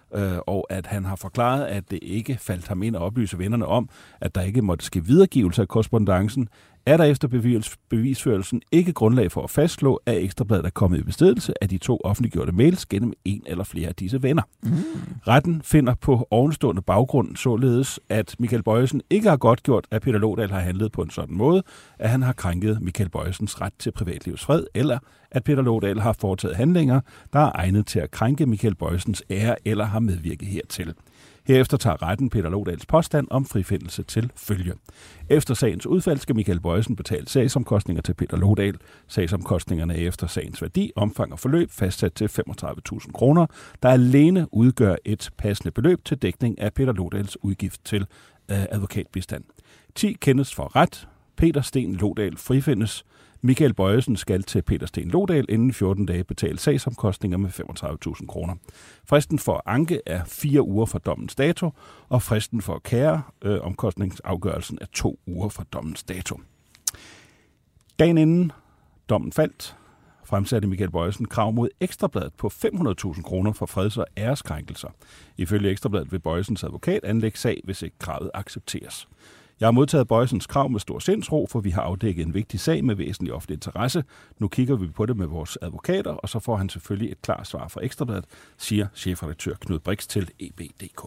og at han har forklaret, at det ikke faldt ham ind at oplyse vennerne om, at der ikke måtte ske videregivelse af korrespondancen, er der efter bevisførelsen ikke grundlag for at fastslå, at Ekstra Bladet er kommet i besiddelse af de 2 offentliggjorte mails gennem en eller flere af disse venner. Retten finder på ovenstående baggrund således, at Michael Bojesen ikke har godtgjort, at Peter Lodal har handlet på en sådan måde, at han har krænket Michael Bojsens ret til privatlivets fred, eller at Peter Lodal har foretaget handlinger, der er egnet til at krænke Michael Bojsens ære eller har medvirket hertil. Herefter tager retten Peter Lodals påstand om frifindelse til følge. Efter sagens udfald skal Michael Bojesen betale sagsomkostninger til Peter Lodal. Sagsomkostningerne er efter sagens værdi, omfang og forløb fastsat til 35.000 kroner, der alene udgør et passende beløb til dækning af Peter Lodals udgift til advokatbistand. 10 kendes for ret. Peter Sten Lodal frifindes. Michael Bojesen skal til Peter Sten Lodal inden 14 dage betale sagsomkostninger med 35.000 kroner. Fristen for anke er 4 uger fra dommens dato, og fristen for at kære omkostningsafgørelsen er 2 uger fra dommens dato. Dagen inden dommen faldt, fremsatte Michael Bojesen krav mod Ekstra Bladet på 500.000 kroner for freds- og æreskrænkelser. Ifølge Ekstra Bladet vil Bojsens advokat anlægge sag, hvis ikke kravet accepteres. Jeg har modtaget Bojsens krav med stor sindsro, for vi har afdækket en vigtig sag med væsentlig offentlig interesse. Nu kigger vi på det med vores advokater, og så får han selvfølgelig et klart svar fra Ekstra Bladet, siger chefredaktør Knud Brix til EB.dk.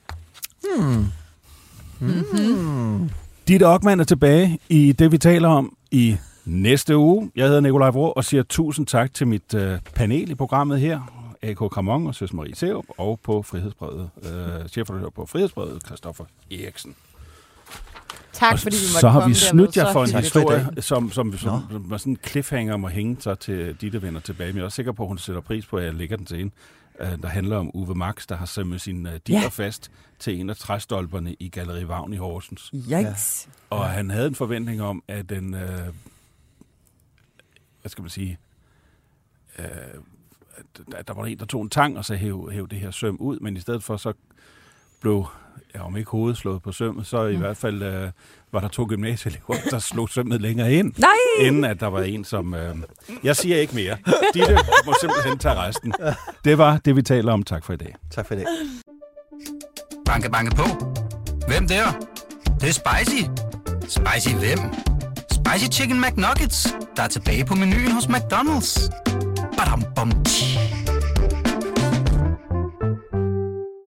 Ditte Okman er tilbage i det, vi taler om i næste uge. Jeg hedder Nikolaj Vrå og siger tusind tak til mit panel i programmet her. A.K. Kramon og Søs Marie Serup, og på Frihedsbrevet, chefredaktør på Frihedsbrevet, Christoffer Eriksen. Tak, fordi vi måtte så har komme vi snydt jer for en tak historie, som sådan en cliffhanger må hænge sig til Ditte vender tilbage. Men jeg er også sikker på, at hun sætter pris på, at jeg lægger den til hende. Der handler om Uwe Max, der har sømmet sin ditter fast til en af træstolperne i Galleri Vagn i Horsens. Yikes. Ja. Og han havde en forventning om, at den, hvad skal man sige, at der var en, der tog en tang, og så hæv det her søm ud, men i stedet for så blev, om ikke hovedet slået på sømmet, så i hvert fald var der 2 gymnasieelever, der slog sømmet længere ind, inden at der var en, som... jeg siger ikke mere. Ditte må simpelthen tage resten. Det var det, vi taler om. Tak for i dag. Tak for i dag. Banke, banke på. Hvem der? Det er spicy. Spicy hvem? Spicy Chicken McNuggets, der er tilbage på menuen hos McDonald's. Badum, bom, tji.